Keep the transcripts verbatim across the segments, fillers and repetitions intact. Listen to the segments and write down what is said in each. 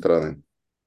Страны.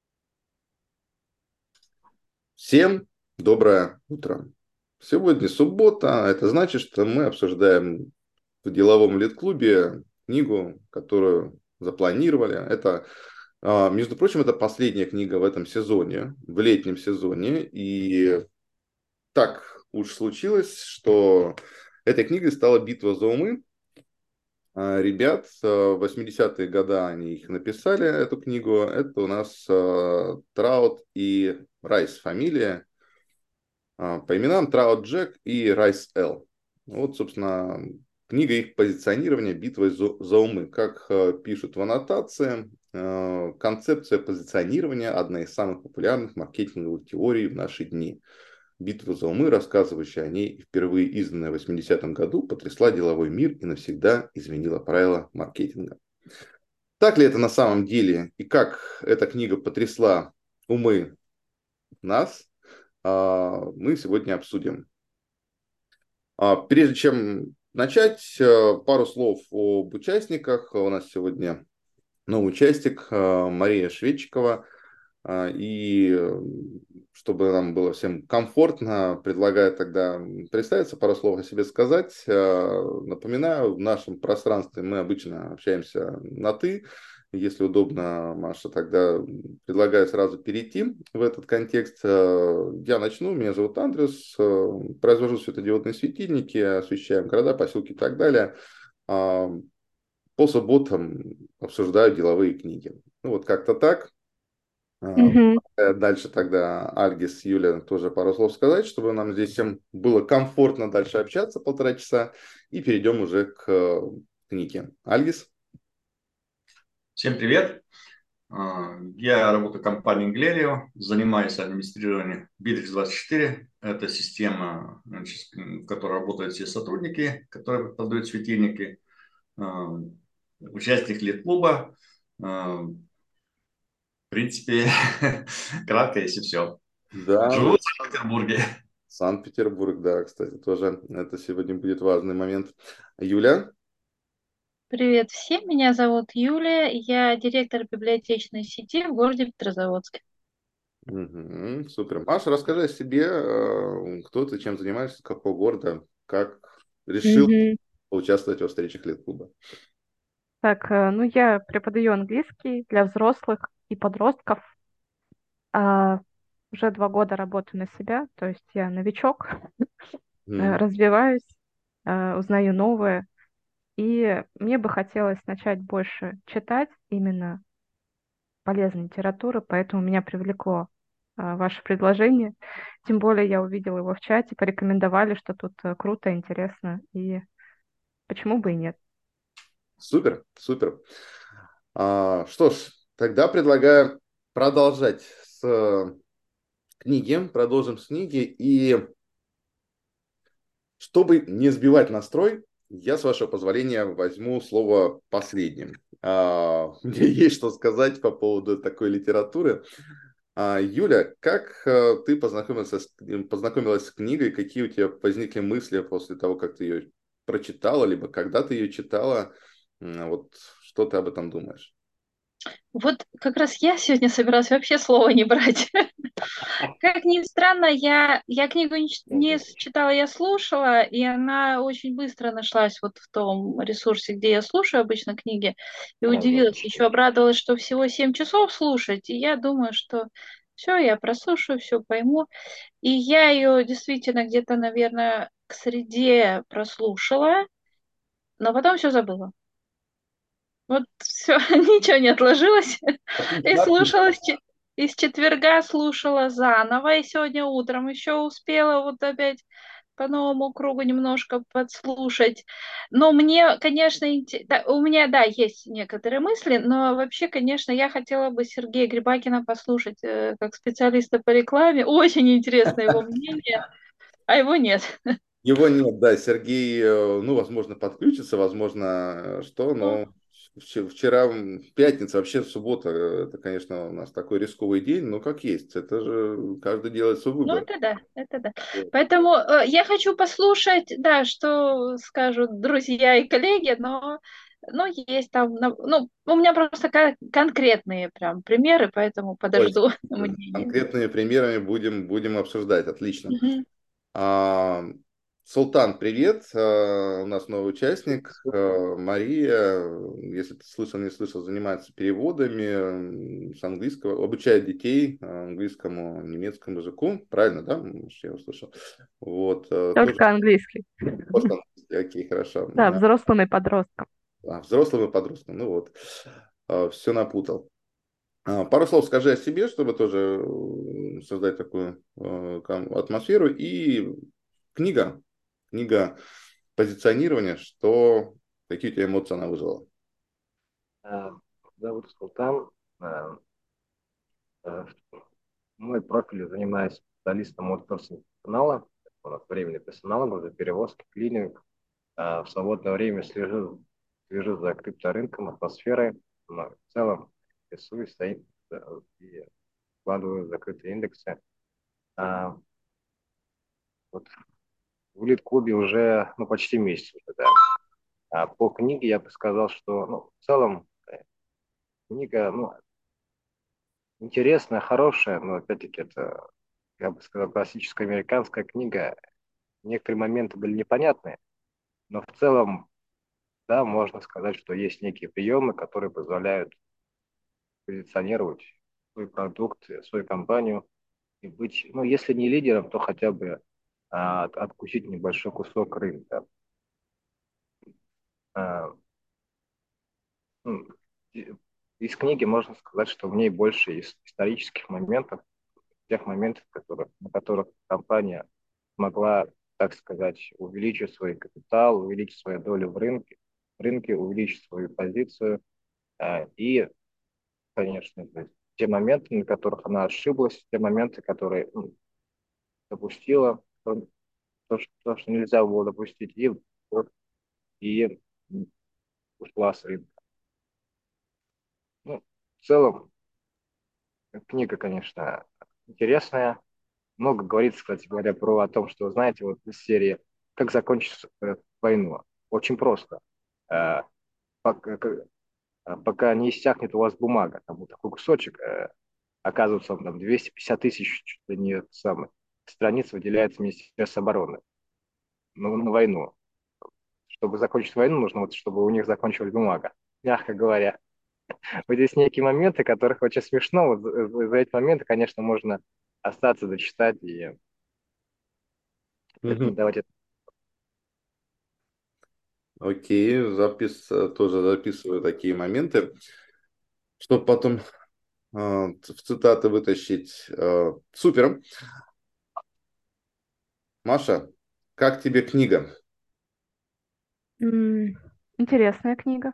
Всем доброе утро. Сегодня суббота, это значит, что мы обсуждаем в деловом лид-клубе книгу, которую запланировали. Это, а, между прочим, это последняя книга в этом сезоне, в летнем сезоне. И так уж случилось, что этой книгой стала «Битва за умы». А, Ребят, в восьмидесятые годы они их написали, эту книгу. Это у нас а, Траут и Райс фамилия. А, По именам Траут Джек и Райс Эл. Вот, собственно, книга их позиционирования «Битва за за умы». Как э, пишут в аннотации, э, концепция позиционирования – одна из самых популярных маркетинговых теорий в наши дни. «Битва за умы», рассказывающая о ней и впервые изданная в восьмидесятом году, потрясла деловой мир и навсегда изменила правила маркетинга. Так ли это на самом деле? И как эта книга потрясла умы нас, а, мы сегодня обсудим. А, Прежде чем начать, э, пару слов об участниках. У нас сегодня новый участник э, Мария Шведчикова. А, И э, чтобы нам было всем комфортно, предлагаю тогда представиться, пару слов о себе сказать. Э, Напоминаю, в нашем пространстве мы обычно общаемся на «ты». Если удобно, Маша, тогда предлагаю сразу перейти в этот контекст. Э, Я начну. Меня зовут Андрес. э, Произвожу светодиодные светильники, освещаем города, поселки и так далее. А, По субботам обсуждаю деловые книги. Ну вот как-то так. А, Мгм. Дальше тогда Альгис, Юля, тоже пару слов сказать, чтобы нам здесь всем было комфортно дальше общаться полтора часа. И перейдем уже к э, книге. Альгис? Всем привет! А, Я работаю в компании Inglelio, занимаюсь администрированием Bittrex двадцать четыре. Это система, значит, в которой работают все сотрудники, которые продают светильники. А, Участник лид-клуба. А, В принципе, кратко, если все. Да, Живу в Санкт-Петербурге. Санкт-Петербург, да, кстати, тоже это сегодня будет важный момент. Юля? Привет всем, меня зовут Юлия, я директор библиотечной сети в городе Петрозаводске. Мгм, супер. Маша, расскажи о себе, э, кто ты, чем занимаешься, с какого города, как решил Мгм. поучаствовать во встречах Лид-клуба. Так, э, ну я преподаю английский для взрослых и подростков. А, Уже два года работаю на себя, то есть я новичок, э, Мгм. развиваюсь, э, узнаю новое. И мне бы хотелось начать больше читать именно полезной литературы, поэтому меня привлекло э, ваше предложение. Тем более я увидела его в чате, порекомендовали, что тут э, круто, интересно, и почему бы и нет. Супер, супер. А, что ж, тогда предлагаю продолжать с э, книги, продолжим с книги. И чтобы не сбивать настрой, я, с вашего позволения, возьму слово последним. А, Мне есть что сказать по поводу такой литературы. А, Юля, как э, ты познакомилась с, познакомилась с книгой? Какие у тебя возникли мысли после того, как ты ее прочитала, либо когда ты ее читала? М, Вот что ты об этом думаешь? Вот как раз я сегодня собиралась вообще слова не брать. Как ни странно, я, я книгу не, ч- не читала, я слушала, и она очень быстро нашлась вот в том ресурсе, где я слушаю обычно книги, и удивилась. Еще обрадовалась, что всего семь часов слушать, и я думаю, что все, я прослушаю, все пойму. И я ее действительно где-то, наверное, к среде прослушала, но потом все забыла. Вот все, ничего не отложилось. И Отлично. слушала с, че- и с четверга слушала заново, и сегодня утром еще успела вот опять по новому кругу немножко подслушать. Но мне, конечно, инте- да, у меня, да, есть некоторые мысли, но вообще, конечно, я хотела бы Сергея Грибакина послушать э, как специалиста по рекламе. Очень интересно его мнение, а его нет. Его нет, да, Сергей, э, ну, возможно, подключится, возможно, э, что, Ну, но вч- вчера, м, пятница, вообще суббота, э, это, конечно, у нас такой рисковый день, но как есть, это же каждый делает свой Ну, выбор. это да, это да. Вот. Поэтому э, я хочу послушать, да, что скажут друзья и коллеги, но Ну, есть там, на- ну, у меня просто кон- конкретные прям примеры, поэтому То есть подожду э, мнения. конкретными примерами будем, будем обсуждать. Отлично. Мгм. А, Султан, привет. А, У нас новый участник. А, Мария, если ты слышал, не слышал, занимается переводами м, с английского, обучает детей а, английскому, немецкому языку. Правильно, да? Может, я услышал. Вот, а, тоже Только английский. просто английский. Окей, хорошо. Да, взрослым и подросткам. А, взрослым и подросткам. Ну вот, все напутал. А, Пару слов скажи о себе, чтобы тоже э, создать такую э, ком- атмосферу. И книга, книга позиционирования, что, какие у тебя эмоции она вызвала. Э, Зовут Султан. Э, э, Мой профиль, занимаюсь специалистом аутсорсинга персонала. У нас временный персонал, уже перевозки, клининг. Э, В свободное время слежу, слежу за крипторынком, атмосферой. Но в целом рисую, стоит э, и вкладываю в закрытые индексы. А вот в лид-клубе уже ну, почти месяц уже, да. А по книге я бы сказал, что ну, в целом э, книга ну, интересная, хорошая, но опять-таки это, я бы сказал, классическая американская книга. Некоторые моменты были непонятны, но в целом, да, можно сказать, что есть некие приемы, которые позволяют позиционировать свой продукт, свою компанию и быть, ну, если не лидером, то хотя бы а, от- откусить небольшой кусок рынка. А, ну, и- из книги можно сказать, что в ней больше ис- исторических моментов, тех моментов, которых, на которых компания смогла, так сказать, увеличить свой капитал, увеличить свою долю в рынке, в рынке увеличить свою позицию. э, И, конечно, то есть те моменты, на которых она ошиблась, те моменты, которые ну, допустила, то, то, что, то, что нельзя было допустить, и, вот, и ушла с рынка. Ну, в целом, книга, конечно, интересная. Много говорится, кстати говоря, про о том, что, знаете, вот из серии «Как закончить э, войну». Очень просто. Э, пока, э, пока не иссякнет у вас бумага, там вот такой кусочек, э, оказывается, он там двести пятьдесят тысяч чуть ли не самых страниц выделяется Министерство обороны на, на войну. Чтобы закончить войну, нужно, вот, чтобы у них закончилась бумага, мягко говоря. Вот здесь некие моменты, которых очень смешно. Вот за, за- за эти моменты, конечно, можно остаться, дочитать и Мгм. рекомендовать это. Окей, запис, э, тоже записываю такие моменты, чтобы потом э, в цитаты вытащить. Э, Супер. Маша, как тебе книга? М, Интересная книга.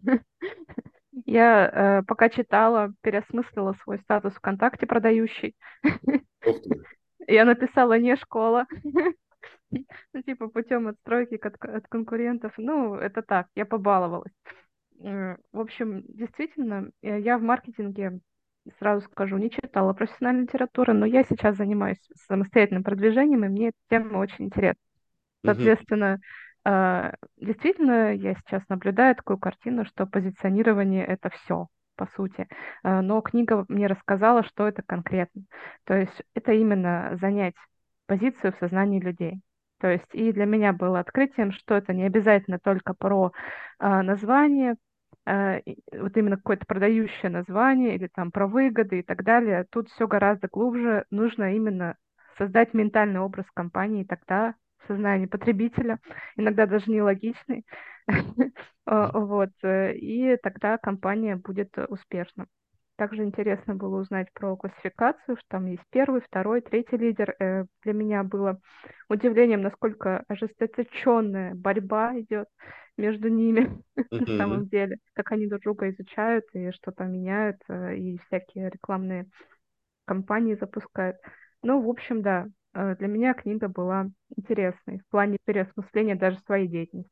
Я э, пока читала, переосмыслила свой статус ВКонтакте продающий. Ух ты. Я написала не школа, ну, типа путем отстройки от, от конкурентов. Ну, это так, я побаловалась. М, В общем, действительно, э, я в маркетинге, сразу скажу, не читала профессиональной литературы, но я сейчас занимаюсь самостоятельным продвижением, и мне эта тема очень интересна. Мгм. Соответственно, а, действительно, я сейчас наблюдаю такую картину, что позиционирование — это все, по сути. А, Но книга мне рассказала, что это конкретно. То есть это именно занять позицию в сознании людей. То есть и для меня было открытием, что это не обязательно только про а, название, а, и вот именно какое-то продающее название или там про выгоды и так далее. Тут все гораздо глубже. Нужно именно создать ментальный образ компании, тогда в сознании потребителя, иногда даже нелогичный. А, Вот, э, и тогда компания будет э, успешна. Также интересно было узнать про классификацию, что там есть первый, второй, третий лидер. Э, Для меня было удивлением, насколько ожесточенная борьба идет между ними на Мгм. самом деле, как они друг друга изучают и что-то меняют, э, и всякие рекламные компании запускают. Ну, в общем, да, э, для меня книга была интересной в плане переосмысления даже своей деятельности.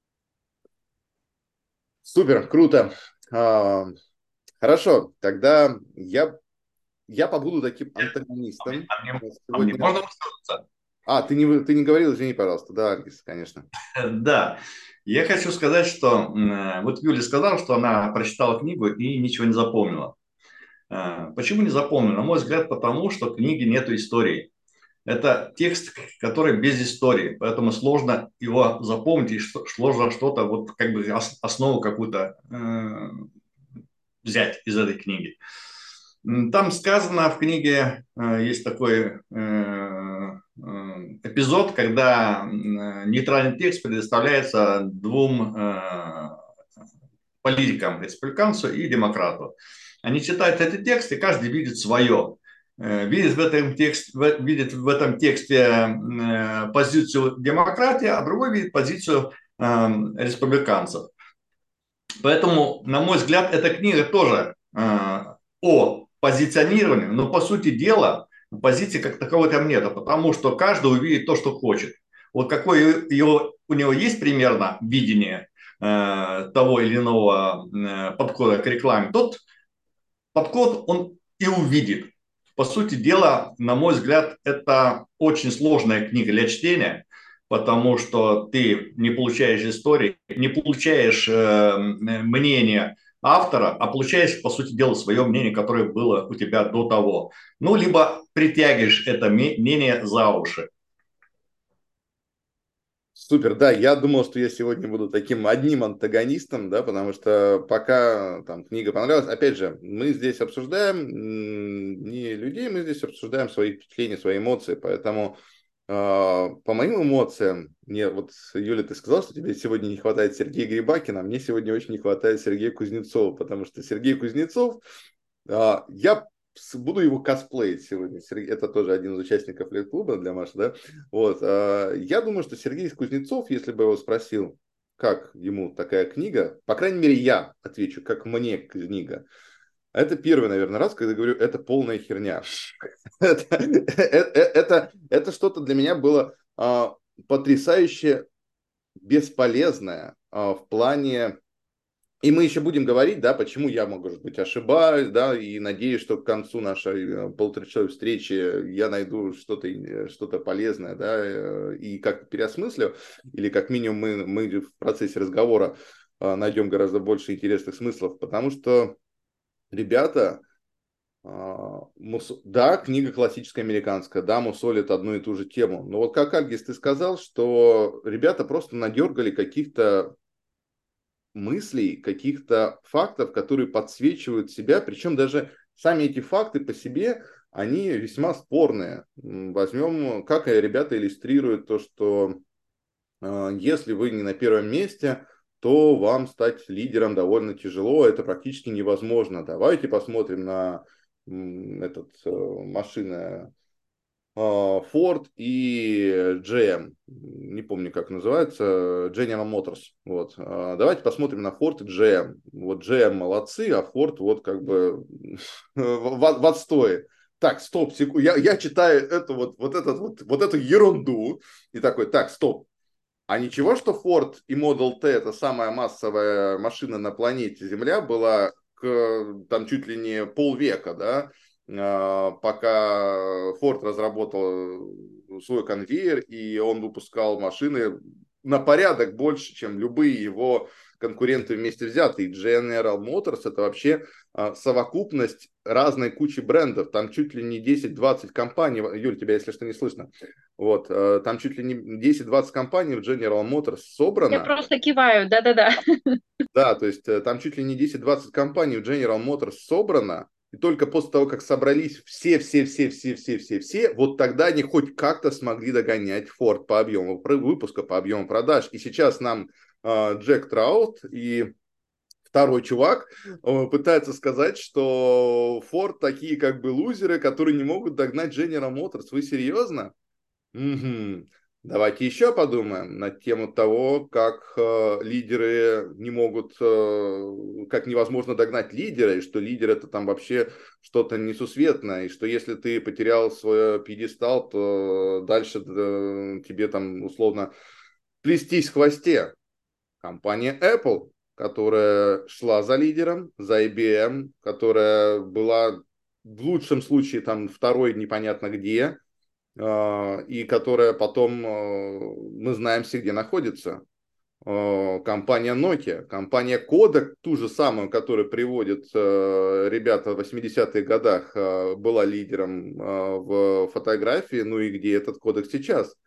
Супер, круто. А, Хорошо, тогда я, я побуду таким А мне, антагонистом а мне- э, а мне сегодня. можно высказаться? А, ты не, вы- ты не говорил, извини, пожалуйста. Да, Алис, конечно. Да. Я хочу сказать, что м, вот Юля сказала, что она прочитала книгу и ничего не запомнила. А, Почему не запомнила? На мой взгляд, потому что в книге нету истории. Это текст, который без истории, поэтому сложно его запомнить и что- сложно что-то, вот как бы ос- основу какую-то э, взять из этой книги. М, Там сказано в книге, э, есть такой э, э, эпизод, когда м, нейтральный текст предоставляется двум э, политикам, республиканцу и демократу. Они читают эти тексты, каждый видит свое. Э, Видит в этом тексте, видит в этом тексте э, позицию демократии, а другой видит позицию э, республиканцев. Поэтому, на мой взгляд, эта книга тоже э, о позиционировании, но по сути дела позиции как таковой там нет, потому что каждый увидит то, что хочет. Вот какое его, у него есть примерно видение э, того или иного э, подхода к рекламе, тот подход он и увидит. По сути дела, на мой взгляд, это очень сложная книга для чтения, потому что ты не получаешь истории, не получаешь э, мнение автора, а получаешь, по сути дела, свое мнение, которое было у тебя до того. Ну, либо притягиваешь это мнение за уши. Супер, да, я думал, что я сегодня буду таким одним антагонистом, да, потому что пока там книга понравилась, опять же, мы здесь обсуждаем м, не людей, мы здесь обсуждаем свои впечатления, свои эмоции, поэтому э, по моим эмоциям, мне вот, Юля, ты сказал, что тебе сегодня не хватает Сергея Грибакина, а мне сегодня очень не хватает Сергея Кузнецова, потому что Сергей Кузнецов, э, я с- буду его косплеить сегодня. Сергей, это тоже один из участников лет-клуба для Маши, да? Вот. а, Я думаю, что Сергей Кузнецов, если бы его спросил, как ему такая книга, по крайней мере, я отвечу, как мне книга. Это первый, наверное, раз, когда говорю, это полная херня. Это, это, это, это что-то для меня было а, потрясающе бесполезное а, в плане и мы еще будем говорить, да, почему я, может быть, ошибаюсь, да, и надеюсь, что к концу нашей э, полуторачасовой встречи я найду что-то э, что-то полезное, да, э, и как-то переосмыслю, или как минимум мы, мы в процессе разговора э, найдем гораздо больше интересных смыслов, потому что, ребята, э, мус- да, книга классическая американская, да, мусолит одну и ту же тему, но вот как, Альгис, ты сказал, что ребята просто надергали каких-то мыслей, каких-то фактов, которые подсвечивают себя, причем даже сами эти факты по себе, они весьма спорные. Возьмем, как ребята иллюстрируют то, что э, если вы не на первом месте, то вам стать лидером довольно тяжело, это практически невозможно. Давайте посмотрим на м, этот э, машина Ford и джи эм, не помню, как называется, General Motors. Вот. А, Давайте посмотрим на Ford и джи эм. Вот джи эм молодцы, а Ford вот как бы в, в отстое. Так, стоп, секунду. Я, я читаю эту вот, вот, этот, вот, вот эту ерунду и такой, так, стоп. А ничего, что Ford и Model T, это самая массовая машина на планете Земля, была к, там чуть ли не полвека, да, а, пока Ford разработал свой конвейер, и он выпускал машины на порядок больше, чем любые его конкуренты вместе взятые. General Motors это вообще а, совокупность разной кучи брендов. Там чуть ли не десять-двадцать компаний. Юль, тебя, если что, не слышно. Вот, э, там чуть ли не десять-двадцать компаний в General Motors Я собрано. просто киваю, да-да-да. Да, то есть э, там чуть ли не десять-двадцать компаний в General Motors собрано. И только после того, как собрались все-все-все-все-все-все-все, вот тогда они хоть как-то смогли догонять Ford по объему выпуска, по объему продаж. И сейчас нам э, Джек Траут и второй чувак э, пытается сказать, что Ford такие как бы лузеры, которые не могут догнать General Motors. Вы серьезно? Мгм. Давайте еще подумаем на тему того, как э, лидеры не могут, э, как невозможно догнать лидера, и что лидер это там вообще что-то несусветное, и что если ты потерял свой пьедестал, то дальше э, тебе там условно плестись в хвосте. Компания Apple, которая шла за лидером, за ай би эм, которая была в лучшем случае там второй непонятно где, и которая потом, мы знаем все, где находится. э, компания Nokia, компания Kodak, ту же самую, которую приводят э, ребята в восьмидесятых годах, э, была лидером э, в фотографии, ну и где этот Kodak сейчас.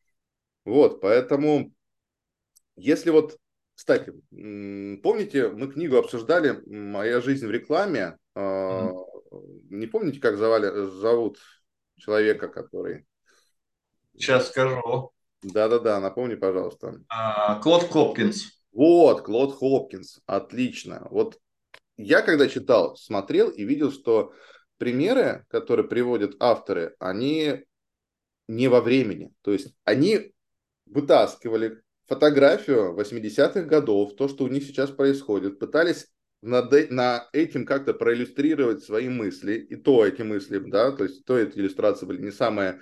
Вот, поэтому, если вот, кстати, м, помните, мы книгу обсуждали «Моя жизнь в рекламе». Э, Мгм. не помните, как звали, зовут человека, который... Сейчас скажу. Да-да-да, напомни, пожалуйста. А, Клод Хопкинс. Вот, Клод Хопкинс, отлично. Вот я когда читал, смотрел и видел, что примеры, которые приводят авторы, они не во времени. То есть они вытаскивали фотографию восьмидесятых годов, то, что у них сейчас происходит, пытались над, э- на этим как-то проиллюстрировать свои мысли, и то эти мысли, да, то есть то эти иллюстрации были не самые,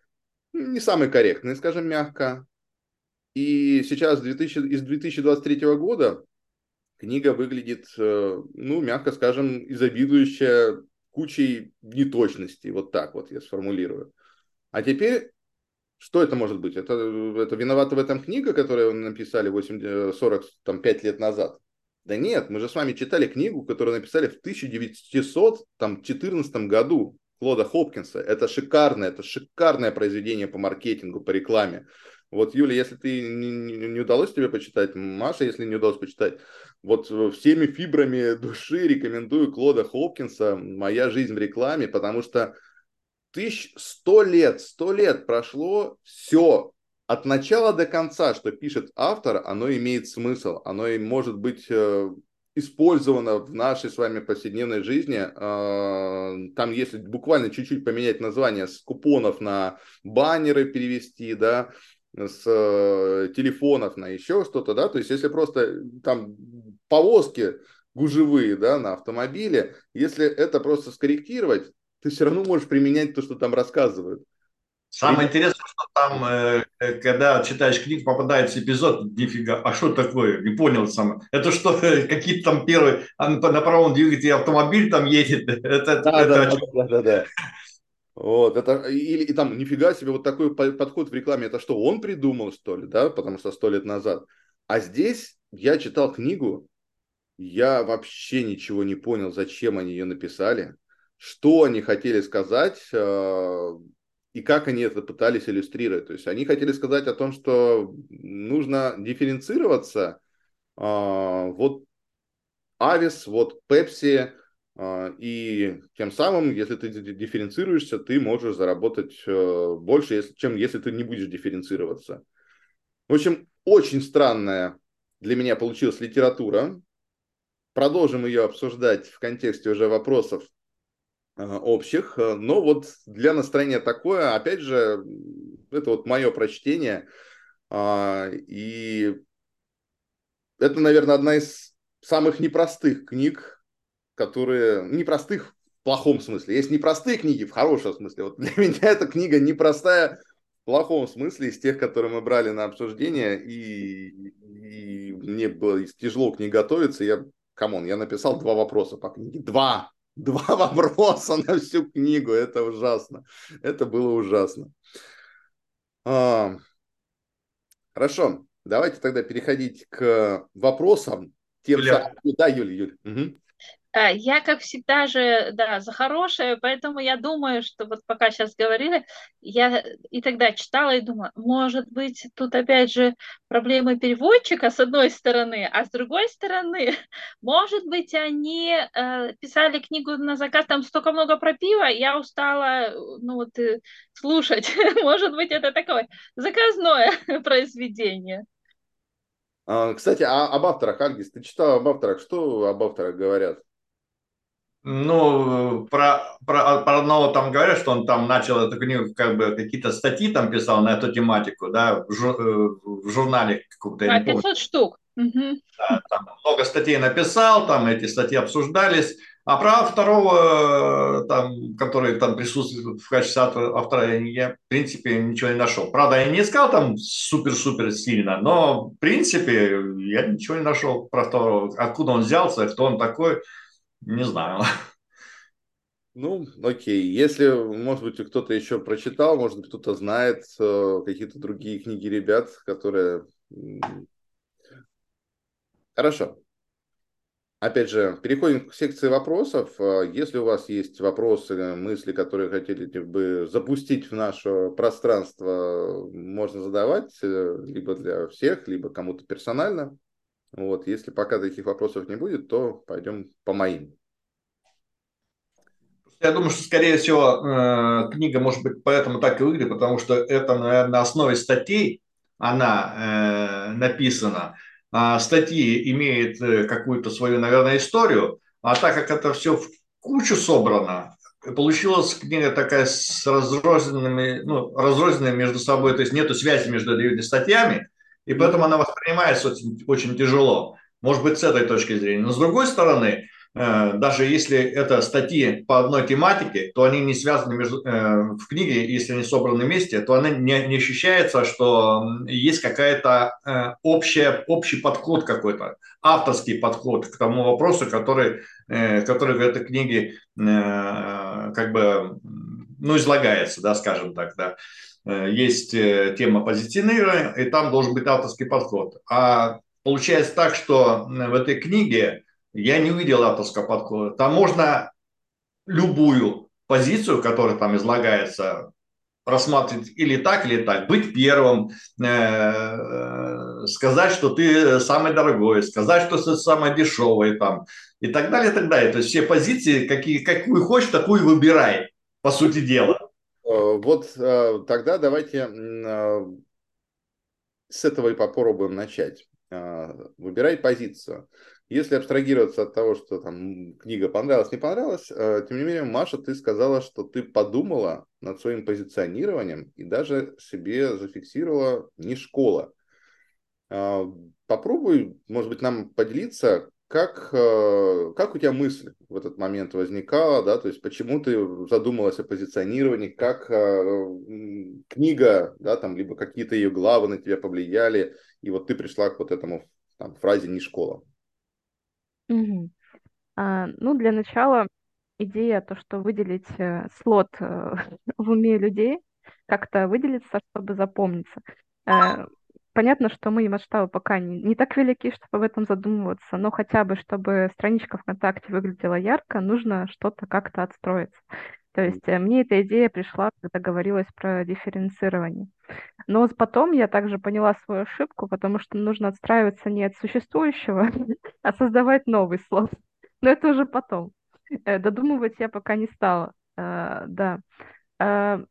не самые корректные, скажем мягко. И сейчас две тысячи, из две тысячи двадцать третьего года книга выглядит, э, ну, мягко скажем, изобилующая кучей неточностей. Вот так вот я сформулирую. А теперь, что это может быть? Это, это виновата в этом книга, которую написали восемьдесят, сорок пять лет назад? Да нет, мы же с вами читали книгу, которую написали в тысяча девятьсот четырнадцатом году Клода Хопкинса. Это шикарное, это шикарное произведение по маркетингу, по рекламе. Вот, Юля, если ты не, не, не удалось тебе почитать, Маша, если не удалось почитать, вот всеми фибрами души рекомендую Клода Хопкинса «Моя жизнь в рекламе», потому что тысяч сто лет, сто лет прошло, все, от начала до конца, что пишет автор, оно имеет смысл, оно и может быть э, использовано в нашей с вами повседневной жизни. Э, там, если буквально чуть-чуть поменять название с купонов на баннеры перевести, да, с э, телефонов на еще что-то, да, то есть если просто там повозки гужевые, да, на автомобиле, если это просто скорректировать, ты все равно можешь применять то, что там рассказывают. Самое интересное, что там, э, э, когда читаешь книгу, попадается эпизод, нифига, а что такое? Не понял сам. Это что, э, какие-то там первые, а на на правом двигателе автомобиль там едет? Это, Да, да, это о да, чем? да, да, да. Вот, это, или и там, нифига себе, вот такой по- подход в рекламе, это что, он придумал, что ли, да, потому что сто лет назад. А здесь я читал книгу, я вообще ничего не понял, зачем они ее написали, что они хотели сказать, э, и как они это пытались иллюстрировать. То есть они хотели сказать о том, что нужно дифференцироваться, э, вот Авис, вот Пепси, и тем самым, если ты дифференцируешься, ты можешь заработать э, больше, если, чем если ты не будешь дифференцироваться. В общем, очень странная для меня получилась литература. Продолжим ее обсуждать в контексте уже вопросов э, общих. Э, Но вот для настроения такое, опять же, это вот мое прочтение. А, И это, наверное, одна из самых непростых книг, которые непростых в плохом смысле. Есть непростые книги в хорошем смысле. Вот для меня эта книга непростая в плохом смысле из тех, которые мы брали на обсуждение, и, и мне было тяжело к ней готовиться. Я, камон, я написал два вопроса по книге. Два! Два вопроса на всю книгу. Это ужасно. Это было ужасно. А, хорошо. Давайте тогда переходить к вопросам. Тем самым... Юля, Да, Юля, Юля. Угу. А, Я, как всегда же, да, за хорошее, поэтому я думаю, что вот пока сейчас говорили, я и тогда читала и думала, может быть, тут опять же проблемы переводчика с одной стороны, а с другой стороны, может быть, они э, писали книгу на заказ, там столько много про пиво, я устала, э, ну вот, э, слушать. Может быть, это такое заказное произведение. А, Кстати, а об авторах, Альгис, ты читал об авторах, что об авторах говорят? ну, про, про, про одного там говорят, что он там начал эту книгу, как бы какие-то статьи там писал на эту тематику, да, в, жур- э, в журнале каком-то, я А, не помню. пятьсот штук. Мгм. Да, там много статей написал, там эти статьи обсуждались. А про второго, э, там, который там присутствует в качестве автора, автора, я, в принципе, ничего не нашел. Правда, я не искал там супер-супер сильно, но, в принципе, я ничего не нашел про второго. Откуда он взялся, кто он такой, не знаю. Ну, окей. Если, может быть, кто-то еще прочитал, может быть, кто-то знает э, какие-то другие книги ребят, которые м, Хорошо. Опять же, переходим к секции вопросов. Если у вас есть вопросы, мысли, которые хотели бы запустить в наше пространство, можно задавать либо для всех, либо кому-то персонально. Вот. Если пока таких вопросов не будет, то пойдем по моим. Я думаю, что, скорее всего, э, книга, может быть, поэтому так и выглядит, потому что это, наверное, на основе статей она э, написана. А статьи имеют э, какую-то свою, наверное, историю, а так как это все в кучу собрано, получилась книга такая с разрозненными, ну, разрозненными между собой, то есть нету связи между этими статьями, и поэтому она воспринимается очень, очень тяжело. Может быть, с этой точки зрения. Но с другой стороны, даже если это статьи по одной тематике, то они не связаны между, э, в книге, если они собраны вместе, то она не, не ощущается, что есть какая-то э, общая, общий подход какой-то, авторский подход к тому вопросу, который, э, который в этой книге э, как бы, ну, излагается, да, скажем так, да. Есть тема позиционирования, и там должен быть авторский подход. А получается так, что в этой книге я не увидел авторского подхода. Там можно любую позицию, которая там излагается, рассматривать или так, или так. Быть первым, э, сказать, что ты самый дорогой, сказать, что ты самый дешевый там, и так далее, и так далее. То есть все позиции, какие, какую хочешь, такую выбирай, по сути дела. Вот тогда давайте с этого и попробуем начать. Выбирай позицию. Если абстрагироваться от того, что там книга понравилась, не понравилась, тем не менее, Маша, ты сказала, что ты подумала над своим позиционированием и даже себе зафиксировала не школа. Попробуй, может быть, нам поделиться, как, как у тебя мысль в этот момент возникала, да, то есть почему ты задумалась о позиционировании, как книга, да, там, либо какие-то ее главы на тебя повлияли, и вот ты пришла к вот этому там, фразе «не школа». Мгм. А, ну, для начала идея, то, что выделить э, слот э, в уме людей, как-то выделиться, чтобы запомниться. Э, понятно, что мои масштабы пока не, не так велики, чтобы об этом задумываться, но хотя бы, чтобы страничка ВКонтакте выглядела ярко, нужно что-то как-то отстроиться. То есть э, мне эта идея пришла, когда говорилось про дифференцирование. Но вот потом я также поняла свою ошибку, потому что нужно отстраиваться не от существующего, а создавать новый слот. Но это уже потом. Э, Додумывать я пока не стала. Э, Да. Э,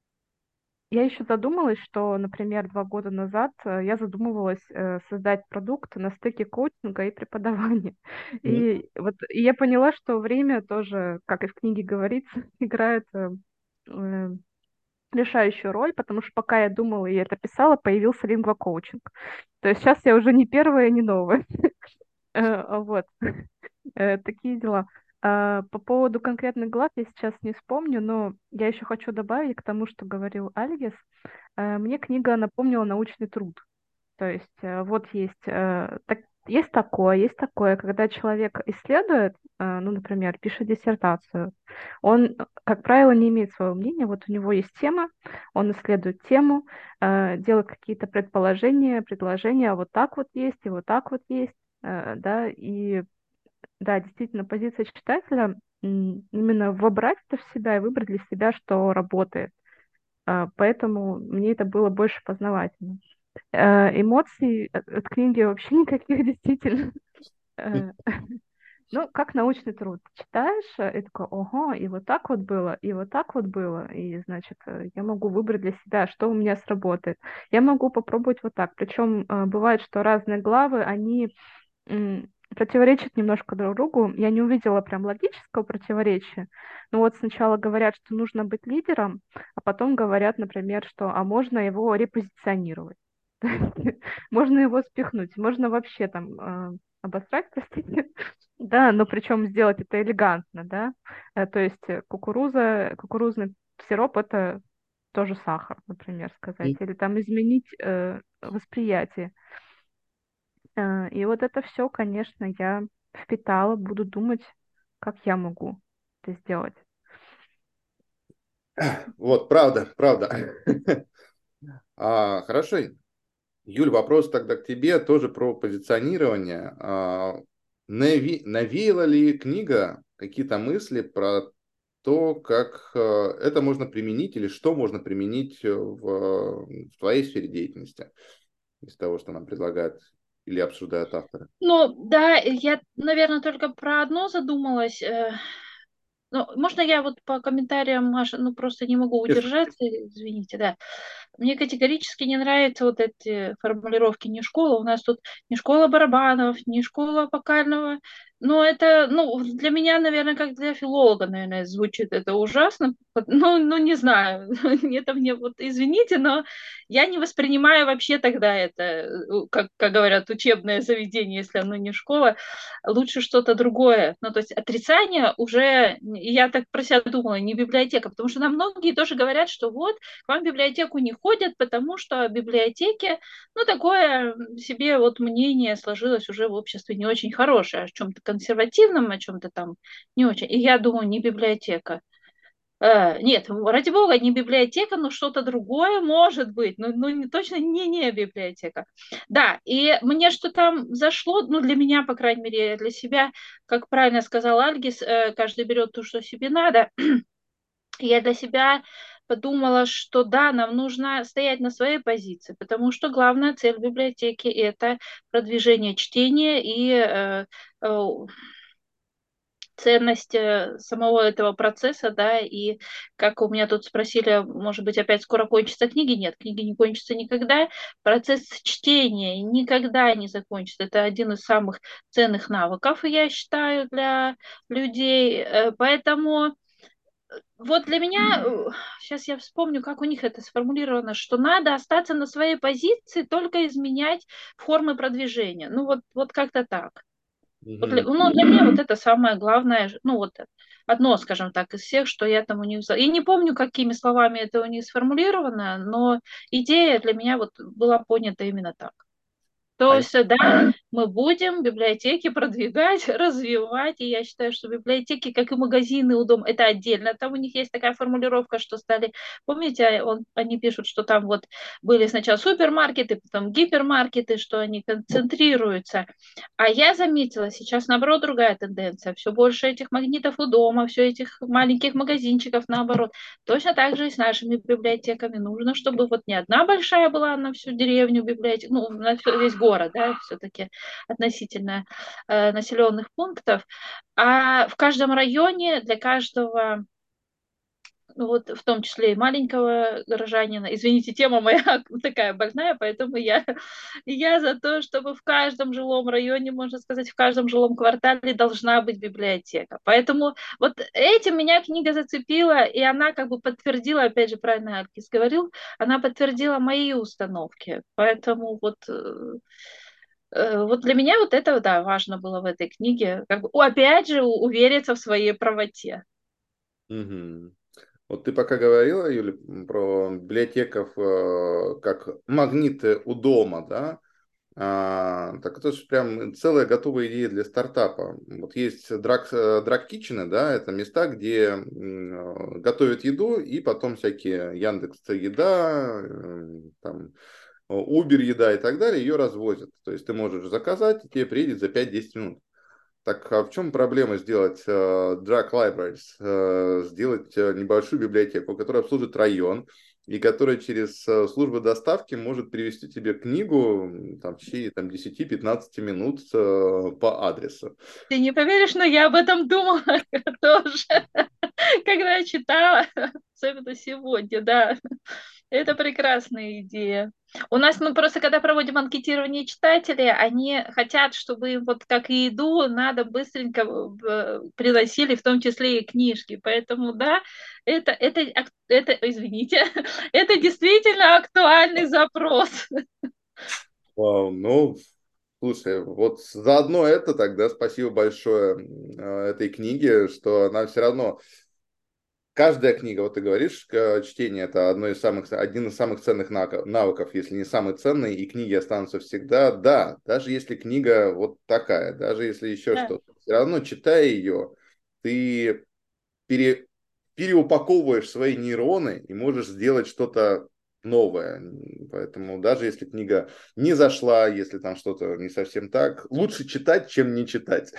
Я еще задумалась, что, например, два года назад э, я задумывалась э, создать продукт на стыке коучинга и преподавания. И вот и я поняла, что время тоже, как и в книге говорится, играет э, э, решающую роль, потому что пока я думала и это писала, появился лингва-коучинг. То есть сейчас я уже не первая, не новая. Э, Вот. Э, Такие дела. А, По поводу конкретных глав я сейчас не вспомню, но я еще хочу добавить к тому, что говорил Альгис. Э, Мне книга напомнила научный труд. То есть э, вот есть, э, так, есть такое, есть такое, когда человек исследует, э, ну, например, пишет диссертацию, он, э, как правило, не имеет своего мнения, вот у него есть тема, он исследует тему, э, делает какие-то предположения, предложения, а вот так вот есть, и вот так вот есть, э, да, и да, действительно, позиция читателя м, именно вобрать это в себя и выбрать для себя, что работает. А, Поэтому мне это было больше познавательно. Э, Эмоций от от книги вообще никаких, действительно. Э, Ну, как научный труд. Читаешь, э, и такой, ого, и вот так вот было, и вот так вот было, и, значит, э, я могу выбрать для себя, что у меня сработает. Я могу попробовать вот так. Причем э, бывает, что разные главы, они м, противоречат немножко друг другу. Я не увидела прям логического противоречия. Но вот сначала говорят, что нужно быть лидером, а потом говорят, например, что а можно его репозиционировать. Можно его спихнуть, можно вообще там э, обосрать, простите. Да, но причем сделать это элегантно, да. Э, То есть э, кукуруза, кукурузный сироп это тоже сахар, например, сказать, или там изменить э, восприятие. Э, И вот это все, конечно, я впитала, буду думать, как я могу это сделать. Вот, правда, правда. А, хорошо. Юль, вопрос тогда к тебе тоже про позиционирование. А, нави- Навеяла ли книга какие-то мысли про то, как э, это можно применить или что можно применить в, в твоей сфере деятельности из того, что нам предлагают или обсуждают авторы? Ну, да, я, наверное, только про одно задумалась. э, Ну, можно я вот по комментариям, Маша, ну, просто не могу Конечно. удержаться, извините, да. Мне категорически не нравятся вот эти формулировки «не школа». У нас тут не школа барабанов, не школа вокального. Но это, ну, для меня, наверное, как для филолога, наверное, звучит это ужасно. Ну, ну не знаю, это мне вот, извините, но я не воспринимаю вообще тогда это, э, как, как говорят, учебное заведение, если оно не школа, лучше что-то другое. Ну, то есть отрицание уже, я так про себя думала, не библиотека, потому что нам многие тоже говорят, что вот, к вам в библиотеку не ходят, потому что библиотеки, ну, такое себе вот мнение сложилось уже в обществе не очень хорошее, о чем-то консервативном, о чем-то там не очень. И я думаю, не библиотека. Э, нет, ради бога, не библиотека, но что-то другое может быть, но, ну, не, точно не, не библиотека. Да, и мне что там зашло, ну, для меня, по крайней мере, для себя, как правильно сказал Альгис, э, каждый берет то, что себе надо. Я для себя подумала, что да, нам нужно стоять на своей позиции, потому что главная цель библиотеки – это продвижение чтения и э, э, ценность э, самого этого процесса, да, и как у меня тут спросили, может быть, опять скоро кончатся книги? Нет, книги не кончатся никогда. Процесс чтения никогда не закончится. Это один из самых ценных навыков, я считаю, для людей. Э, Поэтому вот для меня, сейчас я вспомню, как у них это сформулировано, что надо остаться на своей позиции, только изменять формы продвижения. Ну вот, вот как-то так. Вот для, Мгм. ну, для меня вот это самое главное, ну вот одно, скажем так, из всех, что я там у них взяла. Я не помню, какими словами это у них сформулировано, но идея для меня вот была понята именно так. То А есть, да, мы будем библиотеки продвигать, развивать, и я считаю, что библиотеки, как и магазины у дома, это отдельно. Там у них есть такая формулировка, что стали, помните, он, они пишут, что там вот были сначала супермаркеты, потом гипермаркеты, что они концентрируются. А я заметила, сейчас наоборот другая тенденция. Все больше этих магнитов у дома, все этих маленьких магазинчиков наоборот. Точно так же и с нашими библиотеками. Нужно, чтобы вот не одна большая была на всю деревню библиотека, ну, на всё- весь город, да, все-таки относительно э, населенных пунктов, а в каждом районе для каждого, ну, вот в том числе и маленького горожанина. Извините, тема моя такая больная, поэтому я, я за то, чтобы в каждом жилом районе, можно сказать, в каждом жилом квартале должна быть библиотека. Поэтому вот этим меня книга зацепила, и она как бы подтвердила, опять же, правильно Алькис говорил, она подтвердила мои установки. Поэтому вот э, э, вот для меня вот это, да, важно было в этой книге. Как бы, о, опять же, у- увериться в своей правоте. Мгм. Вот ты пока говорила, Юля, про библиотеков э, как магниты у дома, да? А, так это же прям целая готовая идея для стартапа. Вот есть драг, драг китчены, да, это места, где м, э, готовят еду, и потом всякие Яндекс еда, э, там, Uber еда и так далее, ее развозят. То есть ты можешь заказать, и тебе приедет за пять-десять минут. Так а в чем проблема сделать э, drug libraries, э, сделать э, небольшую библиотеку, которая обслужит район и которая через э, службу доставки может привезти тебе книгу м, там, в течение там, десяти-пятнадцати минут э, по адресу? Ты не поверишь, но я об этом думала тоже, когда я читала, особенно сегодня, да. Это прекрасная идея. У нас мы просто, когда проводим анкетирование читателей, они хотят, чтобы им вот как и еду надо быстренько в- приносили, в том числе и книжки. Поэтому да, это, это, ак- это, извините, это действительно актуальный запрос. Вау, ну, слушай, вот заодно это тогда спасибо большое э, этой книге, что она все равно. Каждая книга, вот ты говоришь, к- чтение это одно из самых, один из самых ценных навыков, навыков, если не самый ценный, и книги останутся всегда. Да, даже если книга вот такая, даже если еще Да. что-то, все равно, читая ее, ты пере, переупаковываешь свои нейроны и можешь сделать что-то новое. Поэтому даже если книга не зашла, если там что-то не совсем так, лучше читать, чем не читать.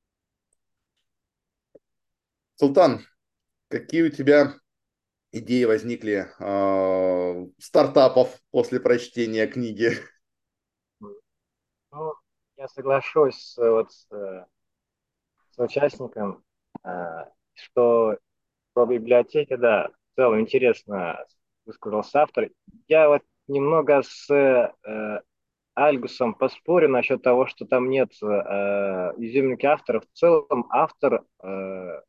Султан, какие у тебя идеи возникли э, стартапов после прочтения книги? Ну, я соглашусь с, вот, с, э, с участником, э, что про библиотеки, да, в целом интересно высказался автор. Я вот немного с э, Альгусом поспорю насчет того, что там нет э, изюминки автора. В целом автор э, в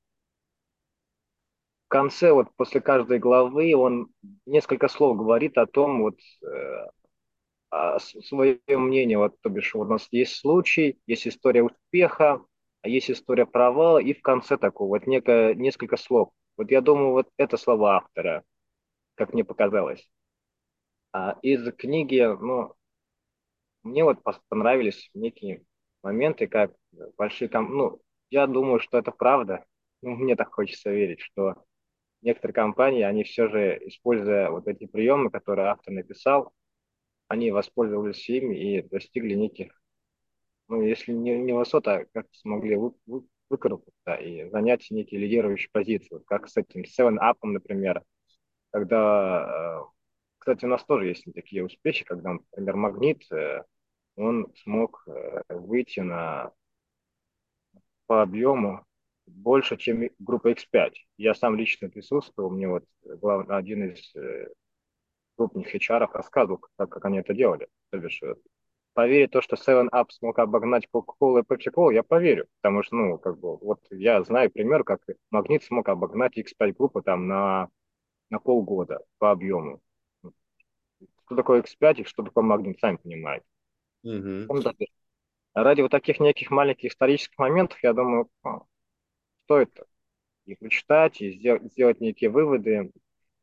конце, вот после каждой главы, он несколько слов говорит о том, вот э, о с- свое мнение, вот, то бишь, у нас есть случай, есть история успеха, а есть история провала, и в конце такого вот некое, несколько слов. Вот я думаю, вот это слова автора, как мне показалось. А из книги, ну, мне вот пос- понравились некие моменты, как большие ком... Ну, я думаю, что это правда. Ну, мне так хочется верить, что некоторые компании, они все же, используя вот эти приемы, которые автор написал, они воспользовались ими и достигли неких, ну, если не, не высот, а как смогли вы, вы, выкарабкаться и занять некие лидирующие позиции. Вот как с этим Seven Up, например, когда, э, кстати, у нас тоже есть такие успехи, когда, например, Магнит, э, он смог э, выйти на, по объему больше, чем и группа икс пять. Я сам лично присутствовал, мне вот глав, один из э, крупных эйч ар рассказывал, как, как они это делали. То бишь, э, поверить в то, что Seven Up смог обогнать Coca-Cola и Pepsi-Cola, я поверю. Потому что, ну, как бы, вот я знаю пример, как Магнит смог обогнать икс пять группы там на, на полгода по объему. Что такое икс пять и что такое Магнит, сами понимаете. Мгм. Ну, да, ради вот таких неких маленьких исторических моментов, я думаю, а, стоит их прочитать и сделать, сделать некие выводы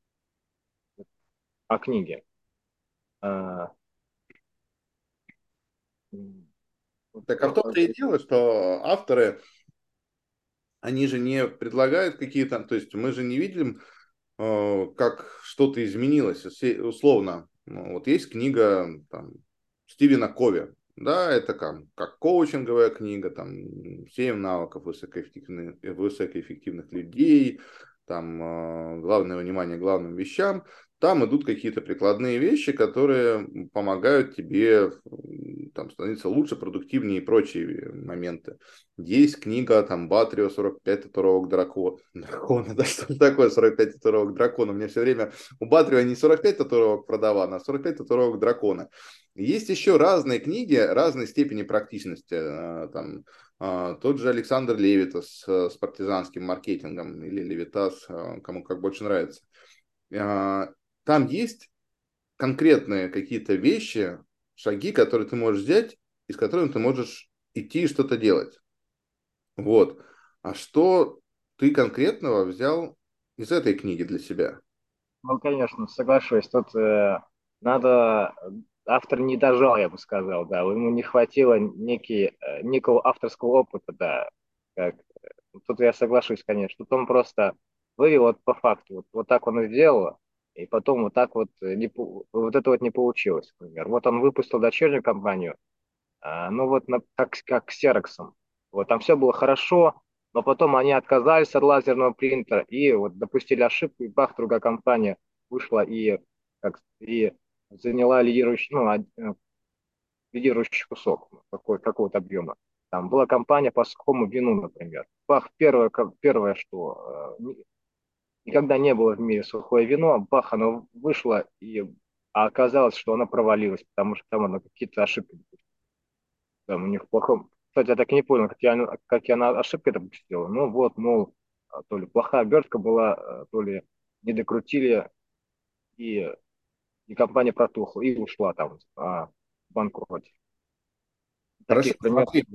о книге. А, м, вот, Так а в э, том-то и дело, что авторы, они же не предлагают какие-то, то есть мы же не видим, э, как что-то изменилось. Все- Условно, ну, вот есть книга там, Стивена Кови, да, это как, как коучинговая книга, там, семь навыков высокоэффективных, высокоэффективных людей, там, э, главное внимание главным вещам. Там идут какие-то прикладные вещи, которые помогают тебе м, там, становиться лучше, продуктивнее и прочие моменты. Есть книга там Батрио сорок пять татуировок дракона. Дракона, да что ж такое сорок пять татуировок дракона? У меня все время у Батрио не сорок пять татуировок продавано, а сорок пять татуировок дракона. Есть еще разные книги разной степени практичности. Э, Там, э, тот же Александр Левитас с, с партизанским маркетингом или Левитас, э, кому как больше нравится. Э, Там есть конкретные какие-то вещи, шаги, которые ты можешь взять и с которыми ты можешь идти и что-то делать. Вот. А что ты конкретного взял из этой книги для себя? ну, конечно, соглашусь. Тут э, надо... Автор не дожал, я бы сказал, да. Ему не хватило некий, э, некого авторского опыта, да. Как, э, тут я соглашусь, конечно. Тут он просто вывел вот по факту. Вот, вот так он и сделал, и потом вот так вот, э, не, пу- вот это вот не получилось, например. Вот он выпустил дочернюю компанию, а, ну вот на- как, как с Xerox. Вот там все было хорошо, но потом они отказались от лазерного принтера и вот допустили ошибку, и бах, другая компания вышла и, как, и заняла лидирующий, ну, од- э, лидирующий кусок ну, какой, какого-то объема. Там была компания по сухому вину, например. Бах, первое, ка- первое что э, ни- никогда не было в мире сухое вино, а бах, оно вышло, и а оказалось, что оно провалилось, потому что там оно какие-то ошибки там у них в плохом... Кстати, я так и не понял, как я, как я на ошибке это допустил. Ну вот, мол, а, то ли плохая обертка была, а, то ли не докрутили, и, и компания протухла, и ушла там а, в банкроте. Хорошо, Таких примеров. смотри,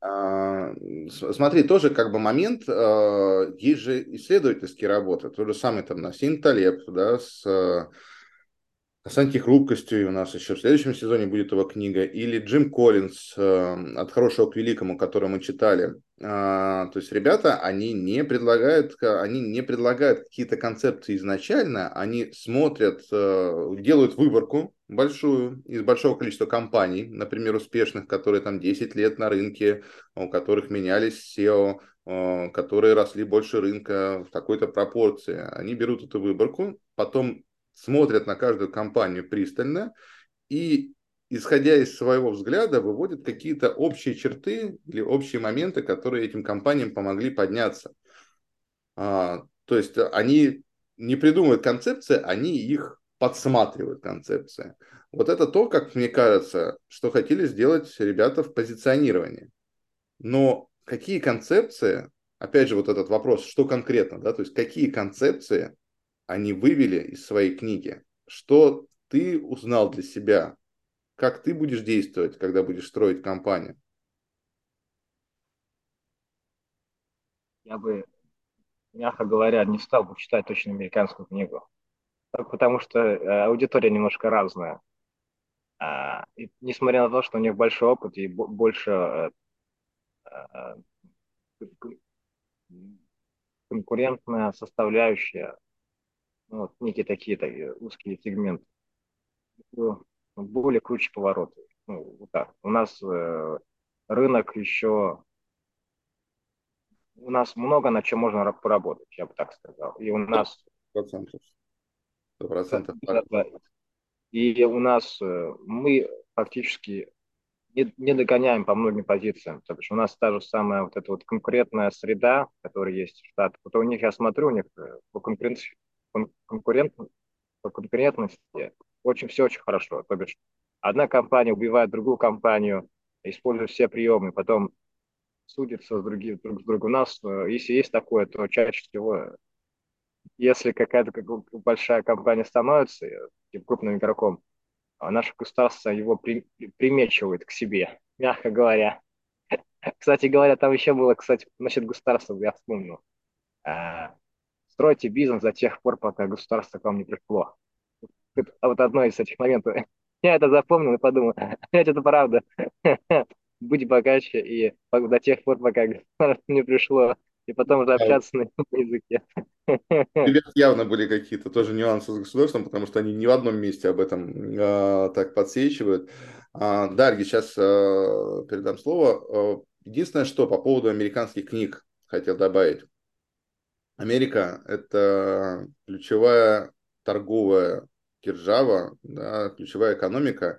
а, с- смотри, тоже как бы момент, а, есть же исследовательские работы, то же самое там Насим Талеб, да, с с антихрупкостью, и у нас еще в следующем сезоне будет его книга, или Джим Коллинз э, «От хорошего к великому», который мы читали. А, то есть ребята, они не предлагают, они не предлагают какие-то концепции изначально, они смотрят, э, делают выборку большую из большого количества компаний, например, успешных, которые там десять лет на рынке, у которых менялись сео, э, которые росли больше рынка в такой-то пропорции. Они берут эту выборку, потом смотрят на каждую компанию пристально и, исходя из своего взгляда, выводят какие-то общие черты или общие моменты, которые этим компаниям помогли подняться. А, то есть они не придумывают концепции, они их подсматривают, концепции. Вот это то, как мне кажется, что хотели сделать ребята в позиционировании. Но какие концепции, опять же, вот этот вопрос, что конкретно, да, то есть какие концепции они вывели из своей книги, что ты узнал для себя, как ты будешь действовать, когда будешь строить компанию. Я бы, мягко говоря, не стал бы читать точно американскую книгу. Только потому что э, аудитория немножко разная. А, и несмотря на то, что у них большой опыт и бо- больше э, э, кон- конкурентная составляющая, ну, вот некие такие, такие узкие сегменты, ну, более круче повороты. Ну, вот так. У нас э, рынок еще, у нас много на чем можно ра- поработать, я бы так сказал. И у нас, Сто процентов. Сто да, процентов. да, да. И у нас э, мы фактически не, не догоняем по многим позициям. То есть у нас та же самая вот эта вот конкурентная среда, которая есть в Штатах. Вот у них, я смотрю, у них э, по конкуренции, кон- конкурент, по конкурентности очень все очень хорошо. То бишь одна компания убивает другую компанию, используя все приемы, потом судится с другим, друг с другом. У нас, э, если есть такое, то чаще всего, если какая-то как бы большая компания становится э, таким крупным игроком, а наше государство его при, примечивает к себе, мягко говоря. Кстати говоря, там еще было, кстати, насчет государства, я вспомнил. А, стройте бизнес до тех пор, пока государство к вам не пришло. Это вот одно из этих моментов. Я это запомнил и подумал, это правда. Будь богаче и до тех пор, пока государство не пришло, и потом уже Да, общаться на этом языке. у ребят явно были какие-то тоже нюансы с государством, потому что они ни в одном месте об этом э, так подсвечивают. А, Дарья, сейчас э, передам слово. Э, единственное, что по поводу американских книг хотел добавить. Америка – это ключевая торговая держава, да, ключевая экономика.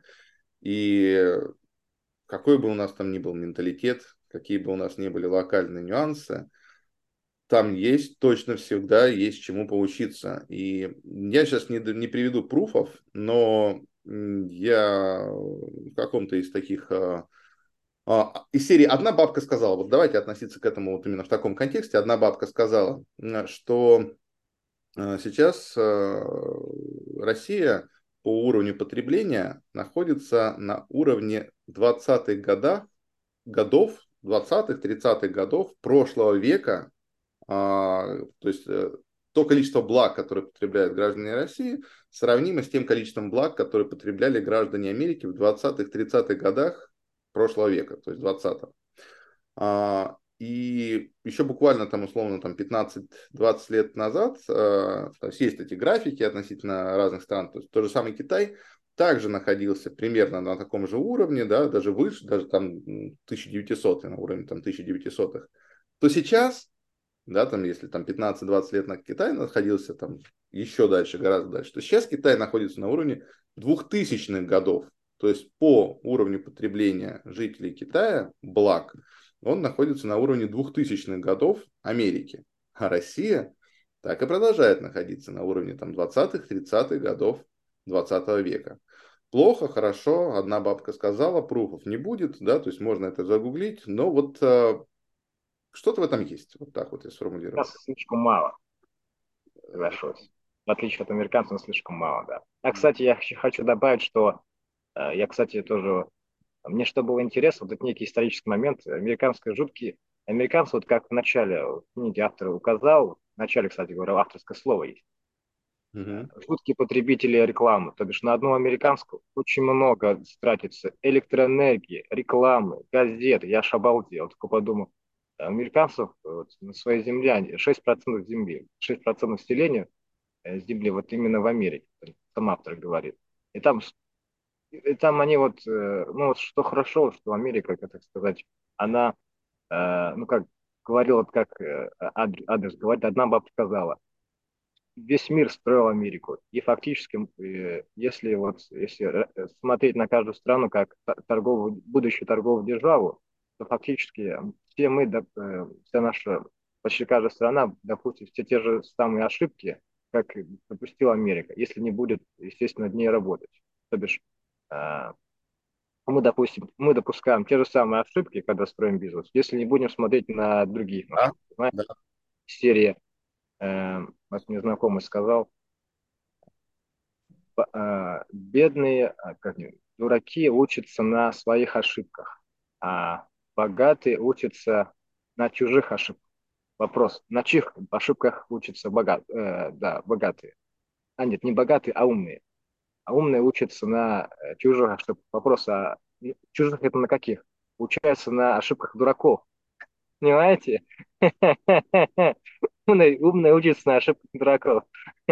И какой бы у нас там ни был менталитет, какие бы у нас ни были локальные нюансы, там есть точно всегда есть чему поучиться. И я сейчас не, не приведу пруфов, но я в каком-то из таких а, а, из серии одна бабка сказала, вот давайте относиться к этому вот именно в таком контексте. Одна бабка сказала, что а, сейчас а, Россия по уровню потребления находится на уровне двадцатых годах, годов, двадцатых-тридцатых годов прошлого века. А, то есть э, то количество благ, которое потребляют граждане России, сравнимо с тем количеством благ, которые потребляли граждане Америки в двадцатых-тридцатых годах прошлого века, то есть двадцатого. А, и еще буквально там условно там пятнадцать-двадцать лет назад, а, то есть есть эти графики относительно разных стран, то есть тот же самый Китай также находился примерно на таком же уровне, да, даже выше, даже там тысяча девятисотый, на уровне там тысяча девятисотых, то сейчас, да, там, если там пятнадцать-двадцать лет на Китай находился там еще дальше, гораздо дальше, то сейчас Китай находится на уровне двухтысячных годов, то есть по уровню потребления жителей Китая благ, он находится на уровне двухтысячных годов Америки, а Россия так и продолжает находиться на уровне там двадцатых-тридцатых годов двадцатого века. Плохо, хорошо, одна бабка сказала, пруфов не будет, да, то есть можно это загуглить, но вот что-то в этом есть. Вот так вот я сформулирую. Сейчас слишком мало, соглашусь. В отличие от американцев, слишком мало, да. А, кстати, я еще хочу добавить, что э, я, кстати, тоже мне что было интересно, вот этот некий исторический момент, американские жутки, американцы, вот как в начале книги автор указал, в начале, кстати говоря, авторское слово есть. Мгм. жуткие потребители рекламы. То бишь на одну американскую очень много тратится электроэнергии, рекламы, газет. Я аж обалдел. Только подумал, американцев вот, на своей земле они- шесть процентов земли, шесть процентов населения э, земли вот именно в Америке, сам автор говорит. И там, с- и там они вот, э, ну вот что хорошо, что Америка, как так сказать, она, э, ну как говорил, вот как э, Ад- Адрес говорит, одна бабка сказала, весь мир строил Америку. И фактически, э, если вот если э, смотреть на каждую страну как та- торговую, будущую торговую державу, то фактически все мы, доп- э, вся наша, почти каждая страна допустит все те же самые ошибки, как и допустила Америка, если не будет, естественно, над ней работать. То бишь, э, мы, допустим, мы допускаем те же самые ошибки, когда строим бизнес, если не будем смотреть на других Да, ошибки. Знаете, да. серия, э, вот мне знакомый сказал, б- а, бедные, а, как не, дураки учатся на своих ошибках, а богатые учатся на чужих ошибках. Вопрос, на чьих ошибках учатся богат, э, да, богатые? А нет, не богатые, а умные. А умные учатся на э, чужих ошибках. Вопрос, а н- чужих это на каких? Учатся на ошибках дураков. Понимаете? Умные, умные учатся на ошибках дураков.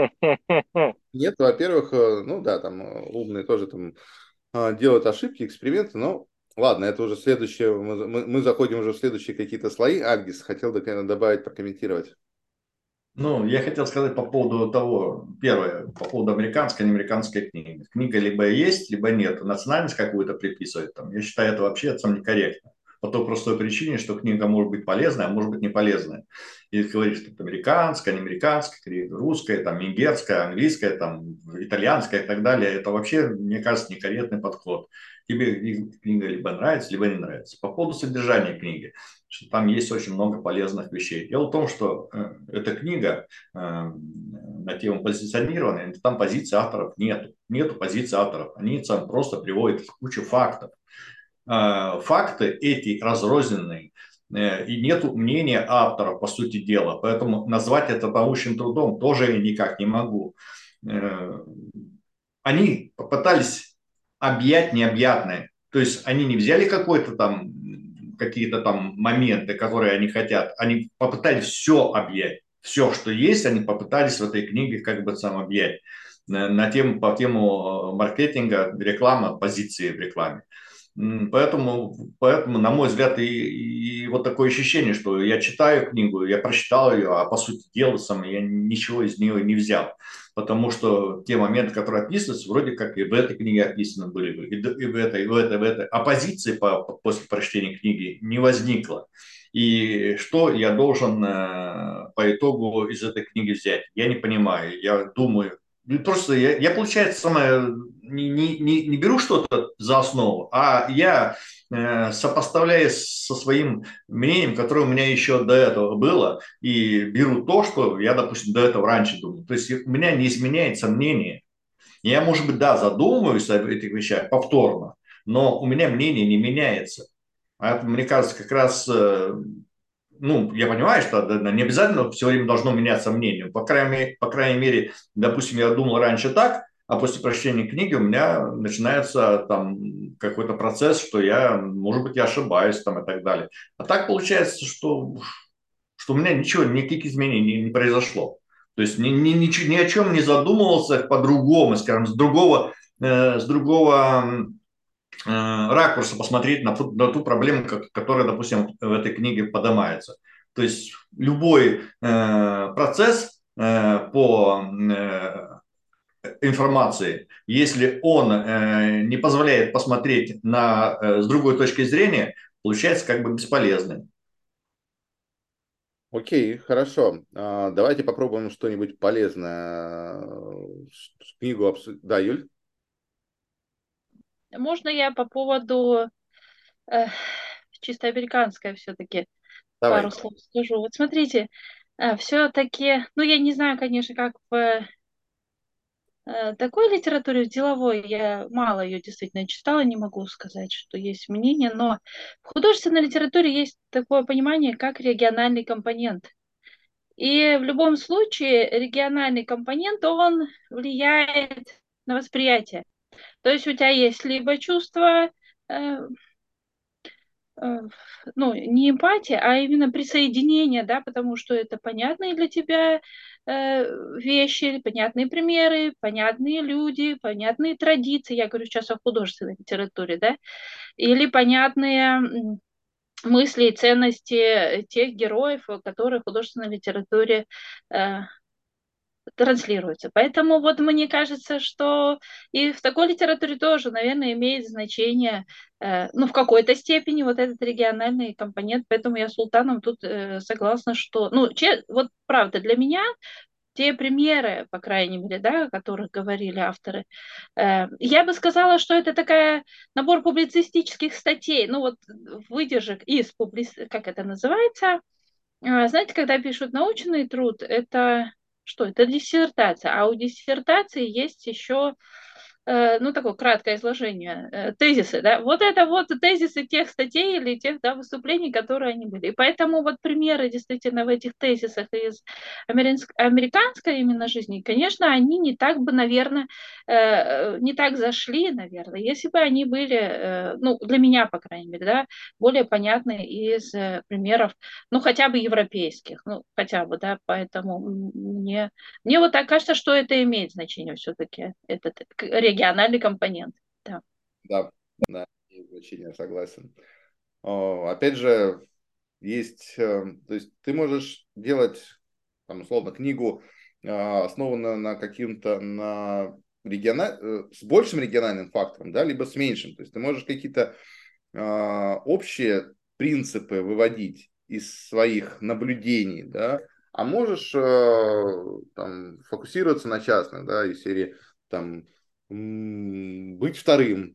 Нет, во-первых, э, ну да, там э, умные тоже там а, делают ошибки, эксперименты, но ладно, это уже следующее, мы, мы- мы заходим уже в следующие какие-то слои. Альгис хотел бы, наверное, добавить, прокомментировать. Ну, я хотел сказать по поводу того, первое, по поводу американской, не американской книги. Книга либо есть, либо нет. Национальность какую-то приписывать там. Я считаю, это вообще отцом некорректно. По той простой причине, что книга может быть полезная, а может быть не полезная. И ты говоришь, что это американская, не американская, русская, там, венгерская, английская, там, итальянская и так далее. Это вообще, мне кажется, некорректный подход. Тебе книга либо нравится, либо не нравится. По поводу содержания книги, что там есть очень много полезных вещей. Дело в том, что э, эта книга э, на тему позиционирования, там позиции авторов нету. Нету позиции авторов. Они там просто приводят кучу фактов. Э, факты эти разрозненные, э, и нету мнения авторов, по сути дела. Поэтому назвать это научным трудом тоже я никак не могу. Э, они попытались объять необъятное. То есть они не взяли какой-то там какие-то там моменты, которые они хотят. Они попытались все объять. Все, что есть, они попытались в этой книге как бы сам объять. На тему, по тему маркетинга, рекламы, позиции в рекламе. Поэтому, поэтому, на мой взгляд, и, и вот такое ощущение, что я читаю книгу, я прочитал ее, а по сути дела сам я ничего из нее не взял. Потому что те моменты, которые описываются, вроде как и в этой книге описаны были, и в этой, и в этой, и в этой. Оппозиции по, после прочтения книги не возникло. И что я должен э, по итогу из этой книги взять? Я не понимаю. Я думаю, просто я, я получается, самое, не, не, не, не беру что-то за основу, а я э, сопоставляю со своим мнением, которое у меня еще до этого было, и беру то, что я, допустим, до этого раньше думал. То есть у меня не изменяется мнение. Я, может быть, да, задумываюсь об этих вещах повторно, но у меня мнение не меняется. А это, мне кажется, как раз, э, ну, я понимаю, что да, не обязательно все время должно меняться мнение. По крайней мере, по крайней мере, допустим, я думал раньше так, а после прочтения книги у меня начинается там какой-то процесс, что я, может быть, я ошибаюсь там и так далее. А так получается, что, что у меня ничего, никаких изменений не, не произошло. То есть ни, ни, ни, ни о чем не задумывался по-другому, скажем, с другого, э, с другого э, ракурса посмотреть на ту, на ту проблему, как, которая, допустим, в этой книге поднимается. То есть любой э, процесс э, по э, информации, если он э, не позволяет посмотреть на, э, с другой точки зрения, получается как бы бесполезным. Окей, хорошо. А, давайте попробуем что-нибудь полезное. Ш- Книгу обсудить. Да, Юль? Можно я по поводу э, чисто американское все-таки пару Давай. слов скажу? Вот смотрите, все-таки, ну я не знаю, конечно, как в э, такой литературе, в деловой, я мало ее действительно читала, не могу сказать, что есть мнение, но в художественной литературе есть такое понимание, как региональный компонент. И в любом случае региональный компонент, он влияет на восприятие. То есть у тебя есть либо чувство, э, э, ну, не эмпатия, а именно присоединение, да, потому что это понятные для тебя э, вещи, понятные примеры, понятные люди, понятные традиции. Я говорю сейчас о художественной литературе, да, или понятные м, мысли и ценности тех героев, которые в художественной литературе э, транслируются. Поэтому вот мне кажется, что и в такой литературе тоже, наверное, имеет значение, э, ну, в какой-то степени вот этот региональный компонент. Поэтому я с Султаном тут э, согласна, что, ну, че, вот правда, для меня те примеры, по крайней мере, да, о которых говорили авторы, э, я бы сказала, что это такая набор публицистических статей, ну, вот выдержек из публиц... как это называется, а, знаете, когда пишут научный труд, это что? Это диссертация. А у диссертации есть еще, э, ну, такое краткое изложение, э, тезисы, да. Вот это вот тезисы тех статей или тех, да, выступлений, которые они были. И поэтому вот примеры действительно в этих тезисах из американс- американской именно жизни, конечно, они не так бы, наверное, э, не так зашли, наверное, если бы они были, э, ну, для меня, по крайней мере, да, более понятны из э, примеров, ну, хотя бы европейских, ну, хотя бы, да, поэтому мне, мне вот так кажется, что это имеет значение все-таки, этот к- региональный компонент, да. Да, да, имеет значение, согласен. О, опять же, есть, э, то есть ты можешь делать, там, условно, книгу, э, основанную на каким-то, на региона... э, с большим региональным фактором, да, либо с меньшим. То есть ты можешь какие-то э, общие принципы выводить из своих наблюдений, да, а можешь э, там, фокусироваться на частных, да, из серии там, м, быть вторым,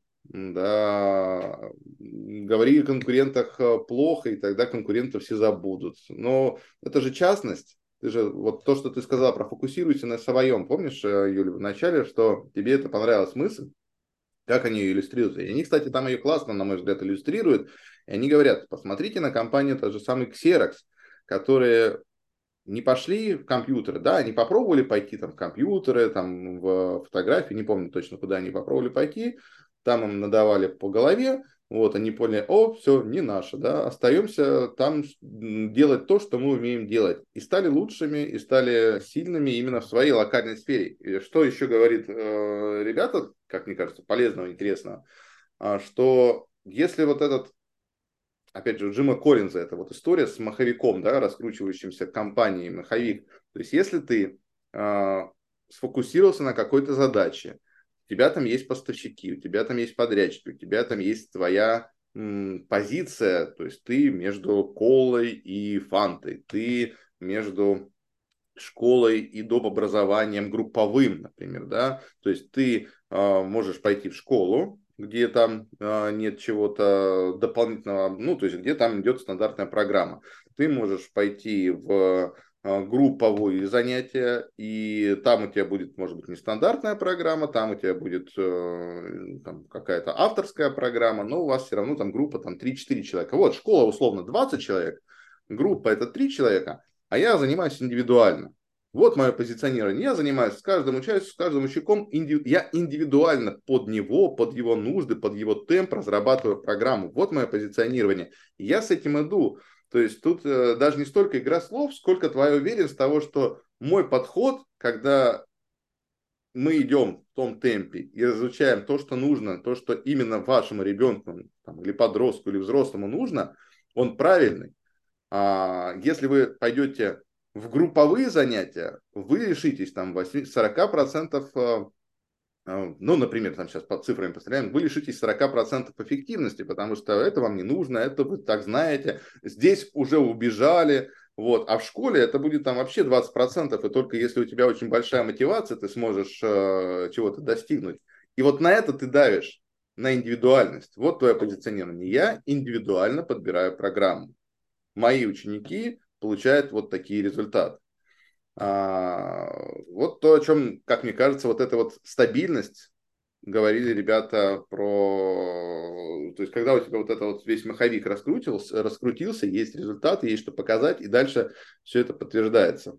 да, говори о конкурентах э, плохо, и тогда конкуренты все забудут. Но это же частность. Ты же, вот то, что ты сказала про фокусируйся на своем. Помнишь, э, Юля, в начале, что тебе это понравилась мысль, как они ее иллюстрируют. И они, кстати, там ее классно, на мой взгляд, иллюстрируют. И они говорят, посмотрите на компанию тот же самый Xerox, которые не пошли в компьютеры, да, они попробовали пойти там в компьютеры, там в фотографии, не помню точно, куда они попробовали пойти, там им надавали по голове, вот, они поняли, о, все, не наше, да, остаемся там делать то, что мы умеем делать. И стали лучшими, и стали сильными именно в своей локальной сфере. И что еще говорит э, ребята, как мне кажется, полезного, интересного, а, что если вот этот, опять же, у Джима Коллинза это вот история с маховиком, да, раскручивающимся компанией маховик. То есть, если ты э, сфокусировался на какой-то задаче, у тебя там есть поставщики, у тебя там есть подрядчики, у тебя там есть твоя м, позиция, то есть ты между колой и фантой, ты между школой и доп. Образованием групповым, например, да, то есть ты э, можешь пойти в школу, где там э, нет чего-то дополнительного, ну, то есть где там идет стандартная программа. Ты можешь пойти в э, групповые занятия, и там у тебя будет, может быть, нестандартная программа, там у тебя будет э, там, какая-то авторская программа, но у вас все равно там группа там три-четыре человека. Вот, школа условно двадцать человек, группа это три человека, а я занимаюсь индивидуально. Вот мое позиционирование. Я занимаюсь с каждым участником, с каждым учеником. Я индивидуально под него, под его нужды, под его темп разрабатываю программу. Вот мое позиционирование. И я с этим иду. То есть тут э, даже не столько игра слов, сколько твоя уверенность того, что мой подход, когда мы идем в том темпе и изучаем то, что нужно, то, что именно вашему ребенку, там, или подростку, или взрослому нужно, он правильный. А если вы пойдете в групповые занятия, вы лишитесь там сорок процентов, ну, например, там сейчас под цифрами постреляем, вы лишитесь сорок процентов эффективности, потому что это вам не нужно, это вы так знаете, здесь уже убежали, вот, а в школе это будет там вообще двадцать процентов, и только если у тебя очень большая мотивация, ты сможешь э, чего-то достигнуть. И вот на это ты давишь, на индивидуальность. Вот твое позиционирование. Я индивидуально подбираю программу. Мои ученики получают вот такие результаты. А, вот то, о чем, как мне кажется, вот эта вот стабильность говорили ребята про... То есть, когда у тебя вот это вот весь маховик раскрутился, раскрутился, есть результаты, есть что показать, и дальше все это подтверждается.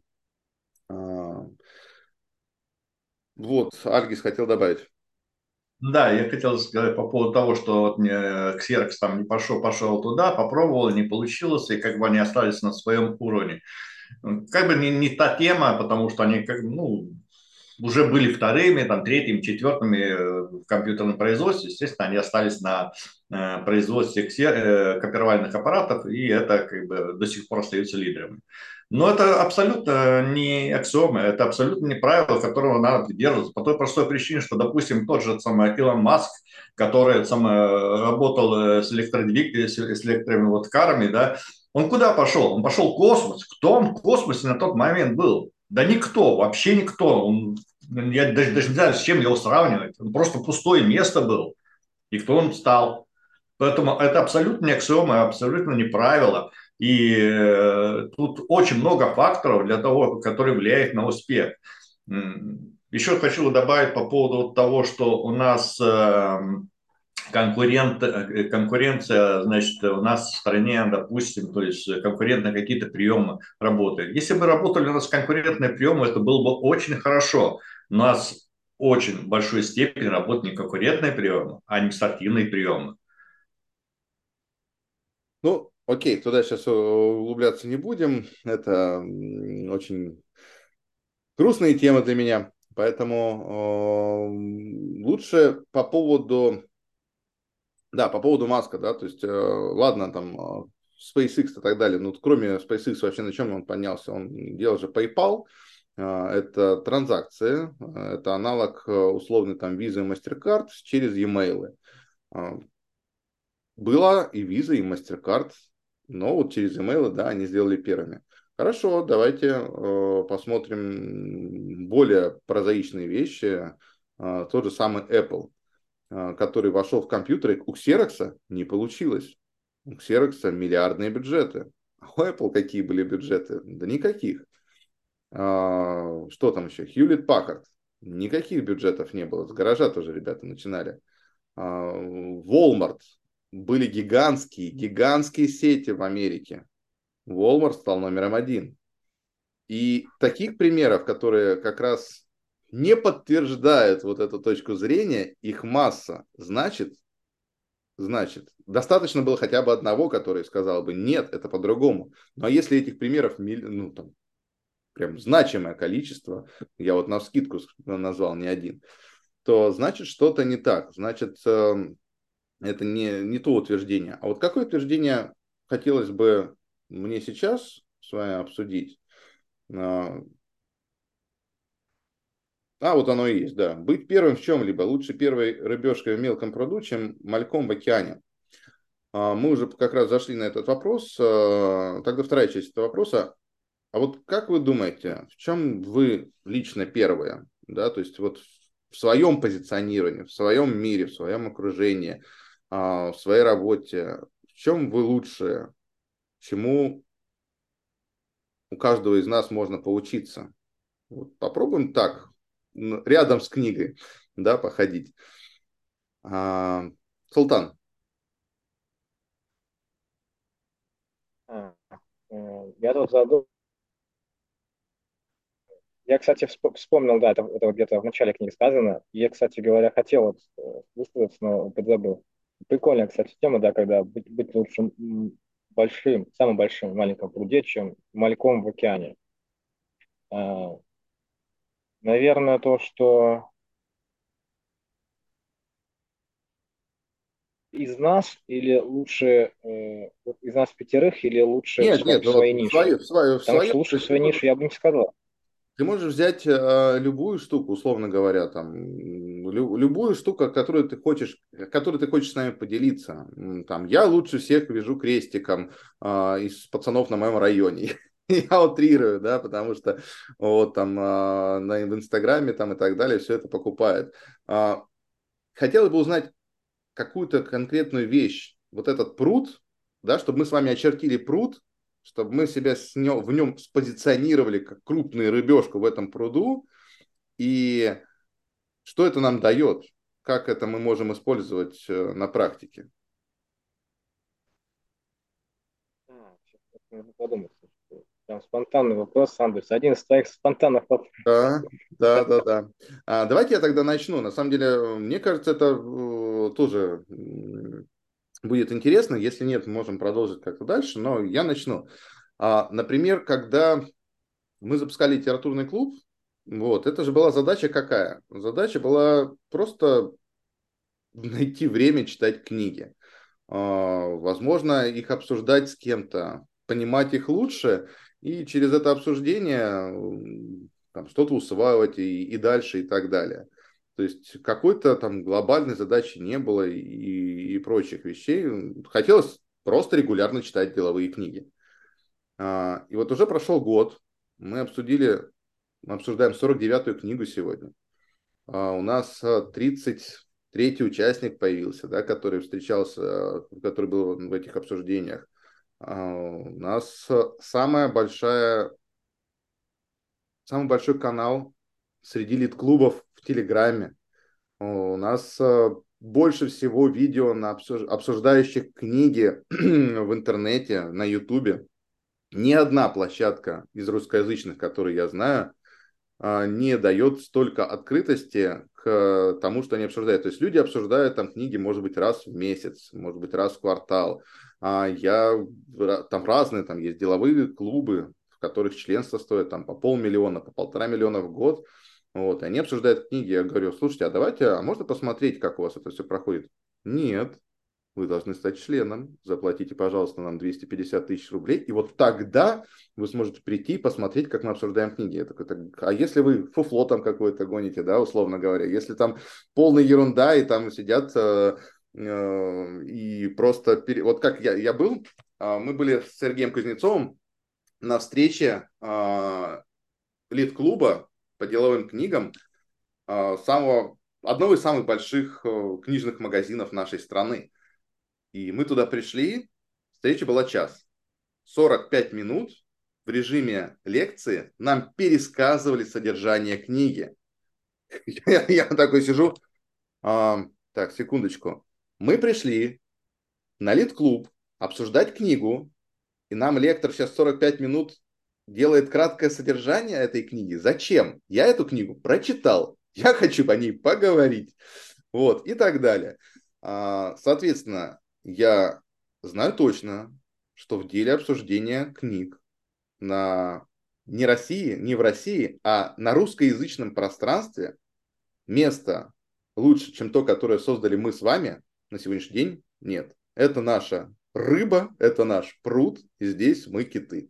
Вот, Альгис хотел добавить. Да, я хотел сказать по поводу того, что вот мне Xerox там не пошел, пошел туда, попробовал, не получилось, и как бы они остались на своем уровне. Как бы не, не та тема, потому что они как, ну, уже были вторыми, там, третьими, четвертыми в компьютерном производстве. Естественно, они остались на э, производстве ксер, э, копировальных аппаратов, и это как бы до сих пор остаются лидерами. Но это абсолютно не аксиома, это абсолютно не правило, которого надо придерживаться. По той простой причине, что, допустим, тот же самый Илон Маск, который самый, работал с электродвигателями, с электровыми вот карами, да, он куда пошел? Он пошел в космос. Кто он в космосе на тот момент был? Да никто, вообще никто. Он, я даже, даже не знаю, с чем его сравнивать. Он просто пустое место был. И кто он стал? Поэтому это абсолютно не аксиома, абсолютно не правило. И э, тут очень много факторов для того, которые влияют на успех. Еще хочу добавить по поводу того, что у нас э, конкурент, конкуренция, значит, у нас в стране, допустим, то есть конкурентные какие-то приемы работают. Если бы работали у нас конкурентные приемы, это было бы очень хорошо. У нас очень в большой степени работают не конкурентные приемы, а административные приемы. Ну, окей, туда сейчас углубляться не будем. Это очень грустные темы для меня. Поэтому э, лучше по поводу... Да, по поводу Маска, да, то есть, э, ладно, там, э, SpaceX и так далее, но кроме SpaceX вообще на чем он поднялся? Он делал же PayPal, э, это транзакции, э, это аналог э, условный там Visa и MasterCard через e-mail. Э, была и Visa, и MasterCard, но вот через e-mail, да, они сделали первыми. Хорошо, давайте э, посмотрим более прозаичные вещи, э, тот же самый Apple, который вошел в компьютеры, у Xerox не получилось. У Xerox миллиардные бюджеты. А у Apple какие были бюджеты? Да никаких. А, что там еще? Hewlett Packard. Никаких бюджетов не было. С гаража тоже ребята начинали. А, Walmart. Были гигантские, гигантские сети в Америке. Walmart стал номером один. И таких примеров, которые как раз не подтверждают вот эту точку зрения, их масса. Значит, значит, достаточно было хотя бы одного, который сказал бы, нет, это по-другому. Но если этих примеров, ну, там, прям значимое количество, я вот навскидку назвал не один, то значит, что-то не так. Значит, это не, не то утверждение. А вот какое утверждение хотелось бы мне сейчас с вами обсудить? А, вот оно и есть, да. Быть первым в чем-либо. Лучше первой рыбешкой в мелком пруду, чем мальком в океане. Мы уже как раз зашли на этот вопрос. Тогда вторая часть этого вопроса. А вот как вы думаете, в чем вы лично первые? Да, то есть вот в своем позиционировании, в своем мире, в своем окружении, в своей работе, в чем вы лучшие? Чему у каждого из нас можно поучиться? Вот попробуем так, рядом с книгой, да, походить. А, Султан. А, э, я тут задумал. Я, кстати, всп- вспомнил, да, это, это вот где-то в начале книги сказано. Я, кстати говоря, хотел вот э, высказаться, но подзабыл. Прикольная, кстати, тема, да, когда быть, быть лучше м, большим, самым большим в маленьком пруде, чем мальком в океане. А, наверное, то, что из нас или лучше, э, вот из нас пятерых или лучше в, Нет, сво- нет, в ну вот своей в нише? свое, в свое, в Потому свое, что то лучше в есть ты своей можешь, нише я бы не сказал. ты можешь взять э, любую штуку, условно говоря, там, м, лю- любую штуку, которую ты хочешь, которой ты хочешь с нами поделиться. М, Там, я лучше всех вяжу крестиком э, из пацанов на моем районе. Я утрирую, да, потому что вот там э, на, в Инстаграме там и так далее все это покупает. А, хотелось бы узнать какую-то конкретную вещь, вот этот пруд, да, чтобы мы с вами очертили пруд, чтобы мы себя с нем, в нем спозиционировали как крупную рыбешку в этом пруду, и что это нам дает, как это мы можем использовать на практике? Нужно подумать. Прям спонтанный вопрос, Андерс. Один из твоих спонтанных вопросов. Да, да, да, да. А, давайте я тогда начну. На самом деле, мне кажется, это э, тоже м, будет интересно. Если нет, мы можем продолжить как-то дальше, но я начну. А, например, когда мы запускали литературный клуб, вот, это же была задача какая? Задача была просто найти время читать книги. А, возможно, их обсуждать с кем-то, понимать их лучше, и через это обсуждение м, там, что-то усваивать и, и дальше, и так далее. То есть какой-то там глобальной задачи не было и, и прочих вещей. Хотелось просто регулярно читать деловые книги. А, и вот уже прошел год, мы обсудили, мы обсуждаем сорок девятую книгу сегодня. А, у нас а, тридцать третий участник появился, да, который встречался, который был в этих обсуждениях. А, у нас а, самая большая, самый большой канал среди лид-клубов в Телеграме. У нас а, больше всего видео на обсуж- обсуждающих книги в интернете, на Ютубе. Ни одна площадка из русскоязычных, которые я знаю, а, не дает столько открытости к тому, что они обсуждают. То есть люди обсуждают там книги, может быть, раз в месяц, может быть, раз в квартал. А я там разные, там есть деловые клубы, в которых членство стоит там по полмиллиона, по полтора миллиона в год. Вот, и они обсуждают книги. Я говорю, слушайте, а давайте, а можно посмотреть, как у вас это все проходит? Нет. Вы должны стать членом, заплатите, пожалуйста, нам двести пятьдесят тысяч рублей, и вот тогда вы сможете прийти и посмотреть, как мы обсуждаем книги. Это, это, а если вы фуфло там какое-то гоните, да, условно говоря, если там полная ерунда, и там сидят э, э, и просто... Пере... Вот как я, я был, э, мы были с Сергеем Кузнецовым на встрече э, лид-клуба по деловым книгам э, самого, одного из самых больших э, книжных магазинов нашей страны. И мы туда пришли, встреча была час. сорок пять минут в режиме лекции нам пересказывали содержание книги. Я, я такой сижу, а, так, секундочку. Мы пришли на лид-клуб обсуждать книгу, и нам лектор сейчас сорок пять минут делает краткое содержание этой книги. Зачем? Я эту книгу прочитал, я хочу по ней поговорить. Вот, и так далее. А, соответственно, я знаю точно, что в деле обсуждения книг на не России, не в России, а на русскоязычном пространстве место лучше, чем то, которое создали мы с вами на сегодняшний день, нет. Это наша рыба, это наш пруд, и здесь мы киты.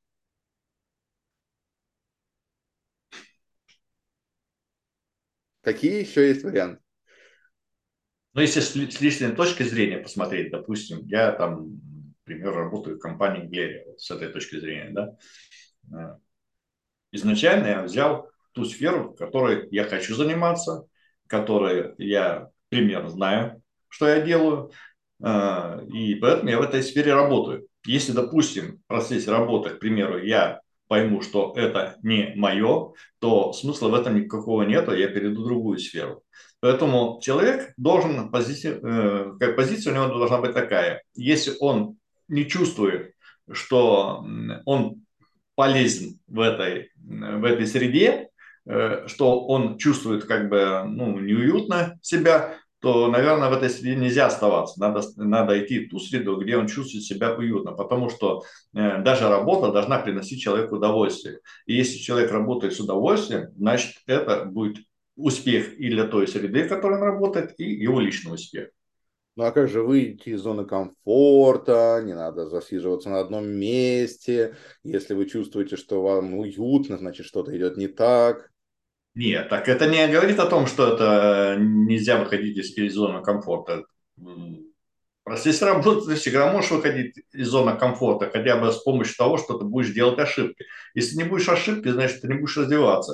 Какие еще есть варианты? Ну, если с с личной точки зрения посмотреть, допустим, я там, например, работаю в компании Глерия, вот с этой точки зрения, да. Изначально я взял ту сферу, в которой я хочу заниматься, которой я примерно знаю, что я делаю, и поэтому я в этой сфере работаю. Если, допустим, в процессе работы, к примеру, я пойму, что это не мое, то смысла в этом никакого нет, я перейду в другую сферу. Поэтому человек должен, позиция, э, как позиция у него должна быть такая. Если он не чувствует, что он полезен в этой, в этой среде, э, что он чувствует как бы ну, неуютно себя, то, наверное, в этой среде нельзя оставаться. Надо, надо идти в ту среду, где он чувствует себя уютно, потому что э, даже работа должна приносить человеку удовольствие. И если человек работает с удовольствием, значит, это будет успех и для той среды, в которой он работает, и его личный успех. Ну а как же выйти из зоны комфорта, не надо засиживаться на одном месте, если вы чувствуете, что вам уютно, значит что-то идет не так. Нет, так это не говорит о том, что это нельзя выходить из, из зоны комфорта. Просто если работать, ты всегда можешь выходить из зоны комфорта, хотя бы с помощью того, что ты будешь делать ошибки. Если не будешь ошибки, значит, ты не будешь развиваться.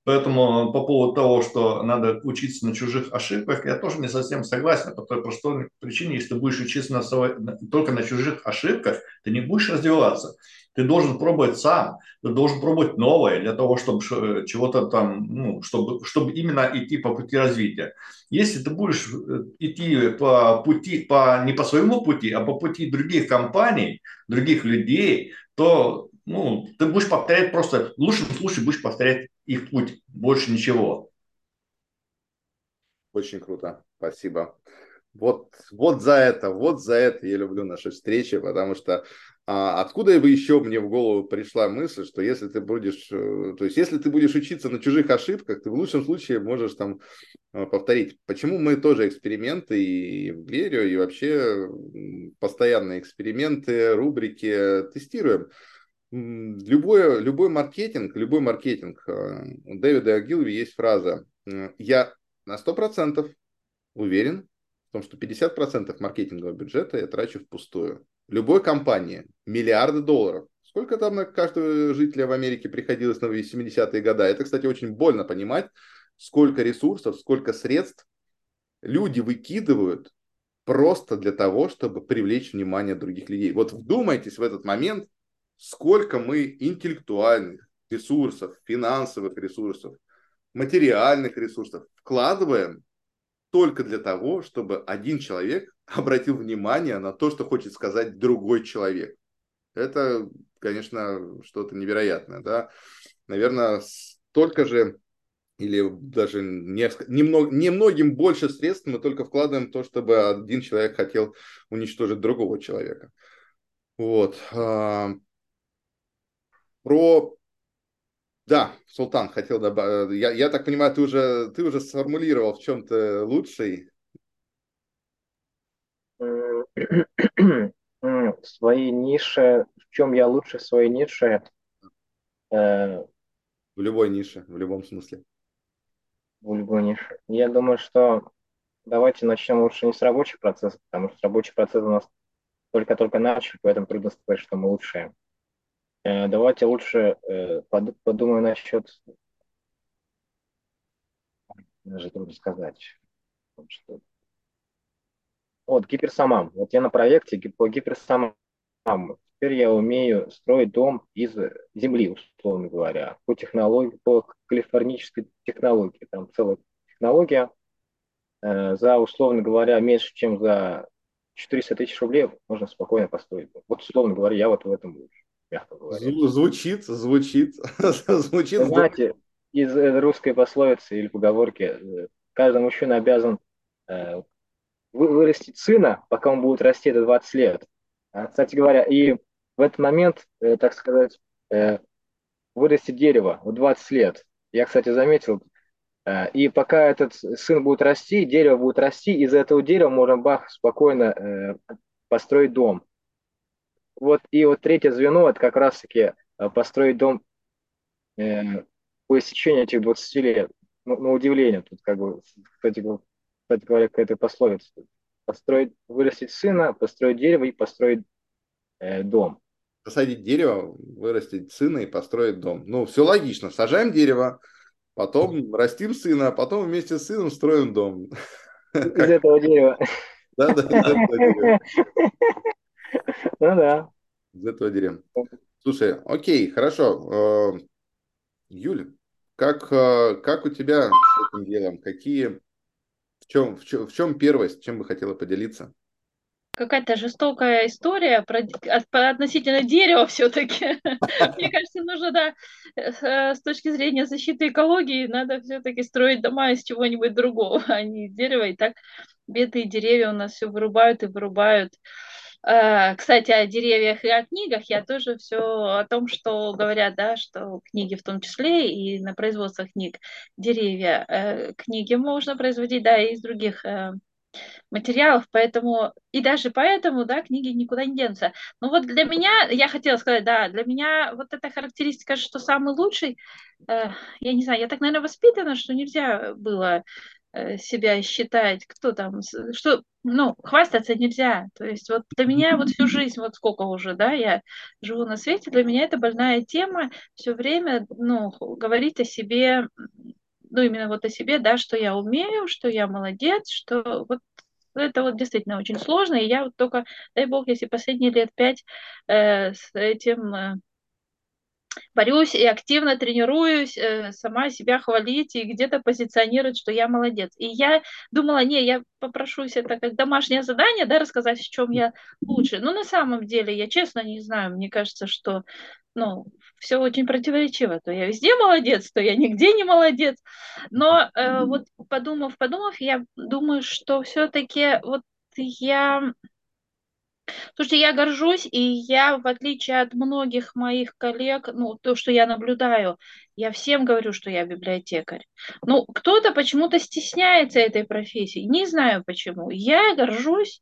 Поэтому по поводу того, что надо учиться на чужих ошибках, я тоже не совсем согласен. По той простой причине, если ты будешь учиться на свой, на- только на чужих ошибках, ты не будешь развиваться. Ты должен пробовать сам, ты должен пробовать новое для того, чтобы ш- чего-то там, ну, чтобы, чтобы именно идти по пути развития. Если ты будешь э, идти по пути, по, не по своему пути, а по пути других компаний, других людей, то ну, ты будешь повторять просто, в лучшем случае будешь повторять их путь, больше ничего. Очень круто, спасибо. Вот, вот за это, вот за это я люблю наши встречи, потому что а, откуда бы еще мне в голову пришла мысль, что если ты будешь, э, то есть если ты будешь учиться на чужих ошибках, ты в лучшем случае можешь там э, повторить. Почему мы тоже эксперименты и в Глерио, и вообще м, постоянные эксперименты, рубрики тестируем. М, Любой, любой маркетинг, любой маркетинг, э, у Дэвида Огилви есть фраза, э, я на сто процентов уверен в том, что пятьдесят процентов маркетингового бюджета я трачу впустую. Любой компании миллиарды долларов. Сколько там на каждого жителя в Америке приходилось на семидесятые годы? Это, кстати, очень больно понимать, сколько ресурсов, сколько средств люди выкидывают просто для того, чтобы привлечь внимание других людей. Вот вдумайтесь в этот момент, сколько мы интеллектуальных ресурсов, финансовых ресурсов, материальных ресурсов вкладываем только для того, чтобы один человек обратил внимание на то, что хочет сказать другой человек. Это, конечно, что-то невероятное, да. Наверное, столько же или даже несколько, немного, немногим больше средств мы только вкладываем в то, чтобы один человек хотел уничтожить другого человека. Вот. А, Про... Да, Султан хотел добавить. Я, я так понимаю, ты уже, ты уже сформулировал, в чем ты лучший. М, м, В своей нише, в чем я лучше в своей нише, э, В любой нише, в любом смысле. в любой нише. Я думаю, что давайте начнем лучше не с рабочих процессов, потому что рабочий процесс у нас только-только начали, поэтому трудно сказать, что мы лучшие. Э, Давайте лучше э, под- подумаем насчет, даже трудно сказать, что... Вот, гиперсамам. Вот я на проекте ги- по гиперсамаму. Теперь я умею строить дом из земли, условно говоря, по технологии, по калифорнической технологии. Там целая технология. Э, за, условно говоря, меньше, чем за четыреста тысяч рублей можно спокойно построить дом. Вот, условно говоря, я вот в этом лучше, мягко говоря. Зву- Звучит, звучит, звучит Вы здорово. знаете, из э, русской пословицы или поговорки э, каждый мужчина обязан э, вы- вырастить сына, пока он будет расти, это двадцать лет. А, кстати говоря, и в этот момент, э, так сказать, э, вырастет дерево в двадцать лет. Я, кстати, заметил, э, и пока этот сын будет расти, дерево будет расти, из этого дерева можно бах спокойно э, построить дом. Вот, и вот третье звено, это как раз-таки э, построить дом э, по истечении этих двадцати лет. Ну, на удивление, тут как бы, кстати, гов- кстати говоря, к этой пословице. Построить, вырастить сына, построить дерево и построить э, дом. Посадить дерево, вырастить сына и построить дом. Ну, все логично. Сажаем дерево, потом растим сына, потом вместе с сыном строим дом. Из Как? этого дерева. Да, да, из этого дерева. Ну да. Из этого дерева. Слушай, окей, хорошо. Э, Юль, как, э, как у тебя с этим делом? Какие, в чем, в чем, в чем первость, чем бы хотела поделиться? Какая-то жестокая история про, от- по- относительно дерева все-таки. Мне кажется, нужно, да, э, с точки зрения защиты экологии, надо все-таки строить дома из чего-нибудь другого, а не из дерева. И так бедные деревья у нас все вырубают и вырубают. Э, Кстати, о деревьях и о книгах я тоже все о том, что говорят, да, что книги в том числе и на производство книг деревья. Э, Книги можно производить, да, и из других э, материалов, поэтому и даже поэтому, да, книги никуда не денутся. Но вот для меня, я хотела сказать, да, для меня вот эта характеристика, что самый лучший, э, я не знаю, я так, наверное, воспитана, что нельзя было э, себя считать, кто там, с- что, ну, хвастаться нельзя. То есть вот для меня вот всю жизнь, вот сколько уже, да, я живу на свете, для меня это больная тема все время, ну, говорить о себе, ну, именно вот о себе, да, что я умею, что я молодец, что вот это вот действительно очень сложно, и я вот только, дай бог, если последние лет пять э, с этим э, борюсь и активно тренируюсь, э, сама себя хвалить и где-то позиционировать, что я молодец. И я думала, не, я попрошусь это как домашнее задание, да, рассказать, в чем я лучше. Но на самом деле, я честно не знаю, мне кажется, что, ну, все очень противоречиво. То я везде молодец, то я нигде не молодец. Но э, вот подумав, подумав, я думаю, что все-таки вот я Слушайте, я горжусь, и я, в отличие от многих моих коллег, ну, то, что я наблюдаю, я всем говорю, что я библиотекарь. Ну, кто-то почему-то стесняется этой профессии, не знаю почему. Я горжусь,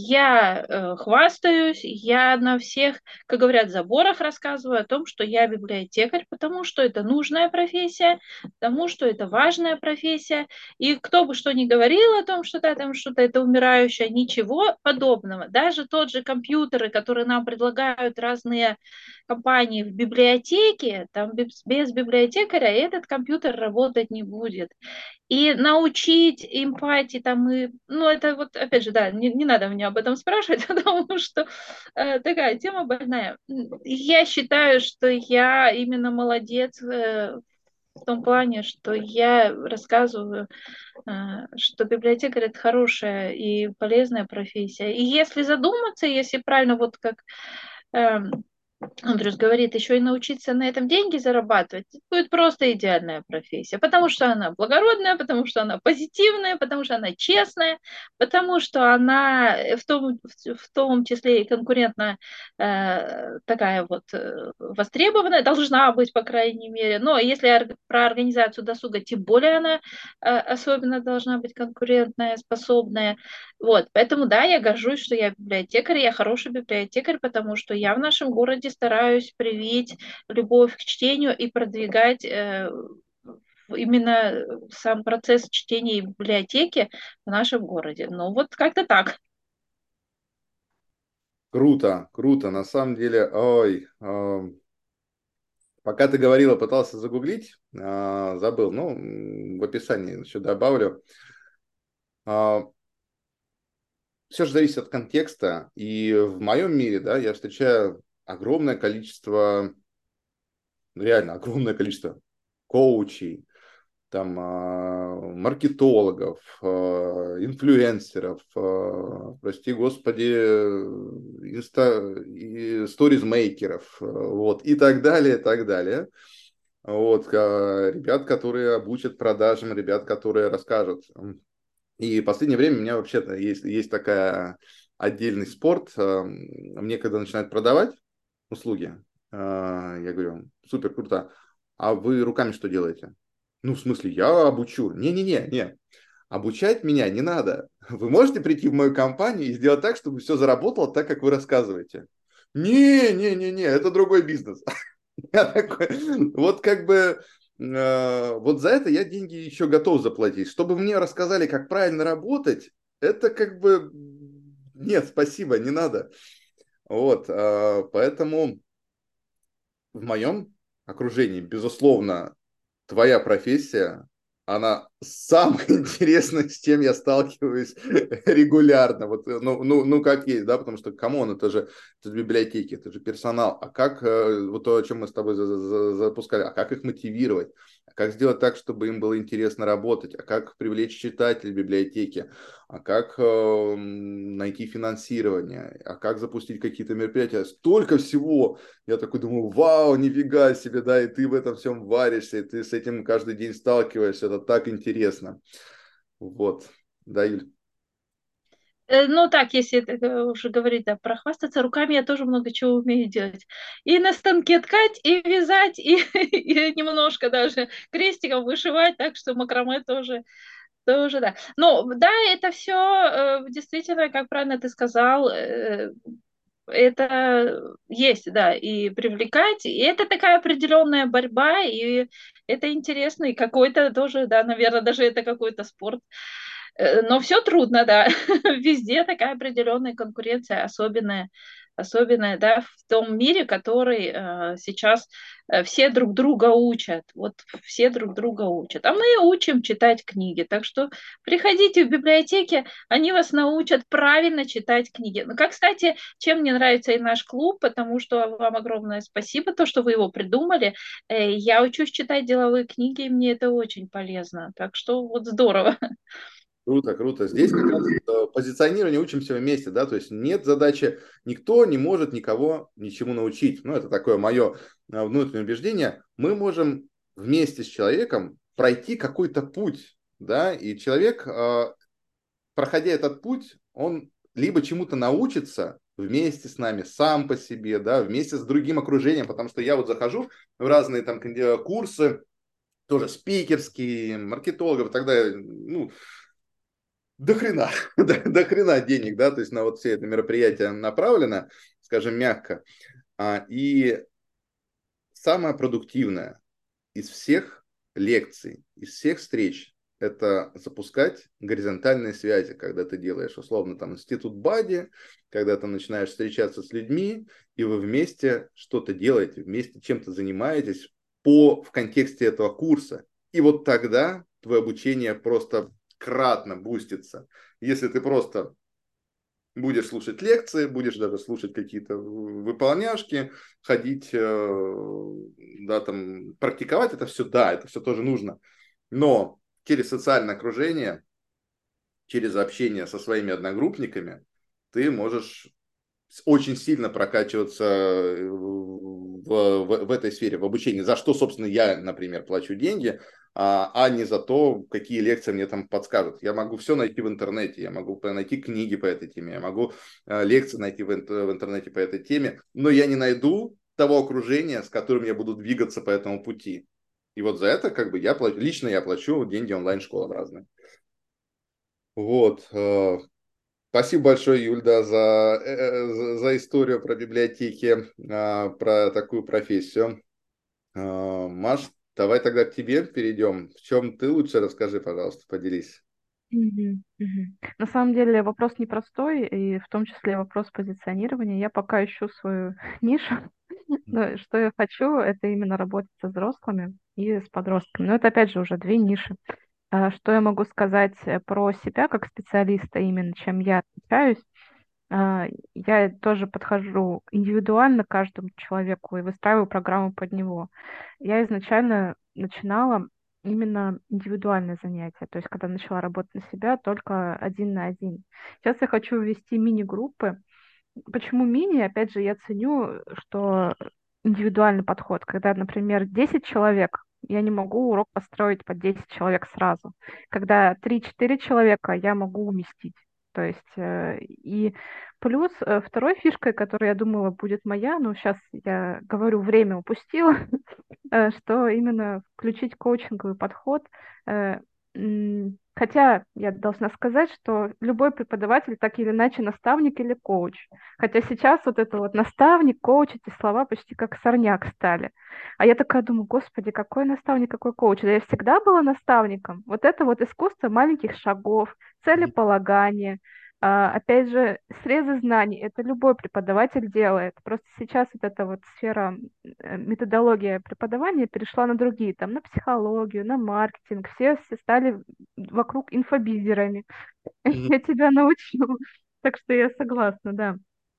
я э, хвастаюсь, я на всех, как говорят, заборах рассказываю о том, что я библиотекарь, потому что это нужная профессия, потому что это важная профессия, и кто бы что ни говорил о том, что да, там что-то это умирающее, ничего подобного. Даже тот же компьютеры, которые нам предлагают разные компании в библиотеке, там без, без библиотекаря этот компьютер работать не будет. И научить эмпатии там и, ну это вот опять же, да, не, не надо меня об этом спрашивать, потому что э, такая тема больная. Я считаю, что я именно молодец э, в том плане, что я рассказываю, э, что библиотекарь это хорошая и полезная профессия. И если задуматься, если правильно, вот как эм, Андрюс говорит, еще и научиться на этом деньги зарабатывать, это будет просто идеальная профессия, потому что она благородная, потому что она позитивная, потому что она честная, потому что она в том, в том числе и конкурентно э, такая вот э, востребованная, должна быть, по крайней мере. Но если ор- про организацию досуга, тем более она э, особенно должна быть конкурентная, способная. Вот, поэтому да, я горжусь, что я библиотекарь, я хороший библиотекарь, потому что я в нашем городе стараюсь привить любовь к чтению и продвигать э, именно сам процесс чтения и библиотеки в нашем городе. Ну вот как-то так. Круто, круто. На самом деле, ой, э, пока ты говорила, пытался загуглить, э, забыл, ну, м, в описании еще добавлю. Э, все же зависит от контекста, и в моем мире, да, я встречаю огромное количество, ну, реально огромное количество коучей, там, а, маркетологов, а, инфлюенсеров, а, прости господи, инста, и сторизмейкеров, а, вот, и так далее, и так далее. Вот, а, ребят, которые обучат продажам, ребят, которые расскажут. И в последнее время у меня вообще-то есть, есть такая отдельный спорт. а, Мне когда начинают продавать услуги, а, я говорю, супер, круто. А вы руками что делаете? Ну, в смысле, я обучу. Не-не-не, не. Обучать меня не надо. Вы можете прийти в мою компанию и сделать так, чтобы все заработало так, как вы рассказываете. Не-не-не-не, это другой бизнес. Я такой, вот как бы, э, вот за это я деньги еще готов заплатить. Чтобы мне рассказали, как правильно работать, это как бы, нет, спасибо, не надо. Вот, э, поэтому в моем окружении, безусловно, твоя профессия, она самая интересная, с чем я сталкиваюсь регулярно. Вот, э, ну, ну, ну, как есть, да, потому что, камон, это же, это же библиотеки, это же персонал. А как, э, вот то, о чем мы с тобой за- за- запускали, а как их мотивировать? А как сделать так, чтобы им было интересно работать? А как привлечь читателей библиотеки? А как э, найти финансирование? А как запустить какие-то мероприятия? Столько всего! Я такой думаю, вау, нифига себе, да, и ты в этом всем варишься, и ты с этим каждый день сталкиваешься, это так интересно. Вот, да, Юль? Э, Ну так, если это уже говорить, да, прохвастаться руками, я тоже много чего умею делать. И на станке ткать, и вязать, и, и немножко даже крестиком вышивать, так что макраме тоже, тоже да. Ну, да, это все действительно, как правильно ты сказал, э, это есть, да, и привлекать, и это такая определенная борьба, и это интересно, и какой-то тоже, да, наверное, даже это какой-то спорт. Э, Но все трудно, да. Везде такая определенная конкуренция, особенная, особенная, да, в том мире, который э, сейчас э, все друг друга учат. Вот все друг друга учат. А мы учим читать книги. Так что приходите в библиотеки, они вас научат правильно читать книги. Ну, как, кстати, чем мне нравится и наш клуб, потому что вам огромное спасибо, то, что вы его придумали. Э, Я учусь читать деловые книги, и мне это очень полезно. Так что вот здорово. Круто, круто. Здесь как раз э, позиционирование учимся вместе, да, то есть нет задачи, никто не может никого ничему научить. Ну, это такое мое э, внутреннее убеждение. Мы можем вместе с человеком пройти какой-то путь, да, и человек, э, проходя этот путь, он либо чему-то научится вместе с нами, сам по себе, да, вместе с другим окружением, потому что я вот захожу в разные там кон- курсы, тоже спикерские, маркетологов и так далее, ну, до хрена, до, до хрена денег, да, то есть на вот все это мероприятие направлено, скажем, мягко. А, и самое продуктивное из всех лекций, из всех встреч, это запускать горизонтальные связи, когда ты делаешь, условно, там, институт Бади, когда ты начинаешь встречаться с людьми, и вы вместе что-то делаете, вместе чем-то занимаетесь по, в контексте этого курса. И вот тогда твое обучение просто кратно бустится. Если ты просто будешь слушать лекции, будешь даже слушать какие-то выполняшки, ходить, э, да, там, практиковать это все, да, это все тоже нужно. Но через социальное окружение, через общение со своими одногруппниками, ты можешь очень сильно прокачиваться в, в, в этой сфере, в обучении, за что, собственно, я, например, плачу деньги, а, а не за то, какие лекции мне там подскажут. Я могу все найти в интернете, я могу найти книги по этой теме, я могу а, лекции найти в, в интернете по этой теме, но я не найду того окружения, с которым я буду двигаться по этому пути. И вот за это как бы я плачу, лично я плачу деньги онлайн-школам разные. Вот. э, Спасибо большое, Юльда, за, э, за, за историю про библиотеки, а, про такую профессию. А, Маш, давай тогда к тебе перейдем. В чем ты лучше расскажи, пожалуйста, поделись. Мгм, мгм. На самом деле вопрос непростой, и в том числе вопрос позиционирования. Я пока ищу свою нишу. Но что я хочу, это именно работать со взрослыми и с подростками. Но это, опять же, уже две ниши. А Что я могу сказать э, про себя как специалиста, именно чем я отличаюсь? А, Я тоже подхожу индивидуально к каждому человеку и выстраиваю программу под него. Я изначально начинала именно индивидуальные занятия, то есть когда начала работать на себя, только один на один. Сейчас я хочу ввести мини-группы. Почему мини? Опять же, я ценю, что индивидуальный подход, когда, например, десять человек, я не могу урок построить под десять человек сразу. Когда три-четыре человека я могу уместить. То есть, э, и плюс э, второй фишкой, которая, я думала, будет моя, но сейчас я говорю, время упустила, э, что именно включить коучинговый подход. э, м, Хотя я должна сказать, что любой преподаватель так или иначе наставник или коуч. Хотя сейчас вот это вот наставник, коуч, эти слова почти как сорняк стали. А я такая думаю, господи, какой наставник, какой коуч? Да я всегда была наставником. Вот это вот искусство маленьких шагов, целеполагание, а, опять же, срезы знаний, это любой преподаватель делает. Просто сейчас вот эта вот сфера, э, методология преподавания перешла на другие, там, на психологию, на маркетинг. Все, все стали вокруг инфобизерами. Мгм. Я тебя научу. Так что я согласна, да.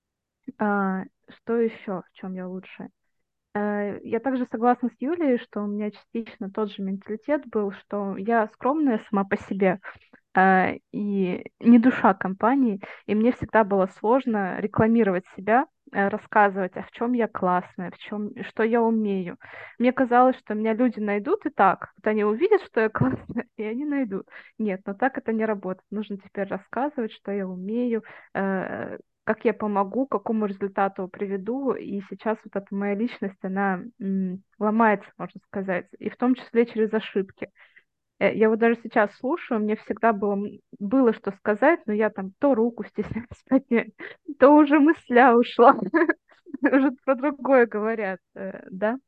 А, что еще, в чем я лучше? Э, Я также согласна с Юлей, что у меня частично тот же менталитет был, что я скромная сама по себе, а, и не душа компании, и мне всегда было сложно рекламировать себя, э, рассказывать, а в чем я классная, в чем, что я умею. Мне казалось, что меня люди найдут и так, вот они увидят, что я классная, и они найдут. Нет, но так это не работает. Нужно теперь рассказывать, что я умею, э, как я помогу, к какому результату приведу, и сейчас вот эта моя личность, она м, ломается, можно сказать, и в том числе через ошибки. Э, Я вот даже сейчас слушаю, мне всегда было, м- было что сказать, но я там то руку стесняюсь поднять, то уже мысля ушла, уже про другое говорят, э, да.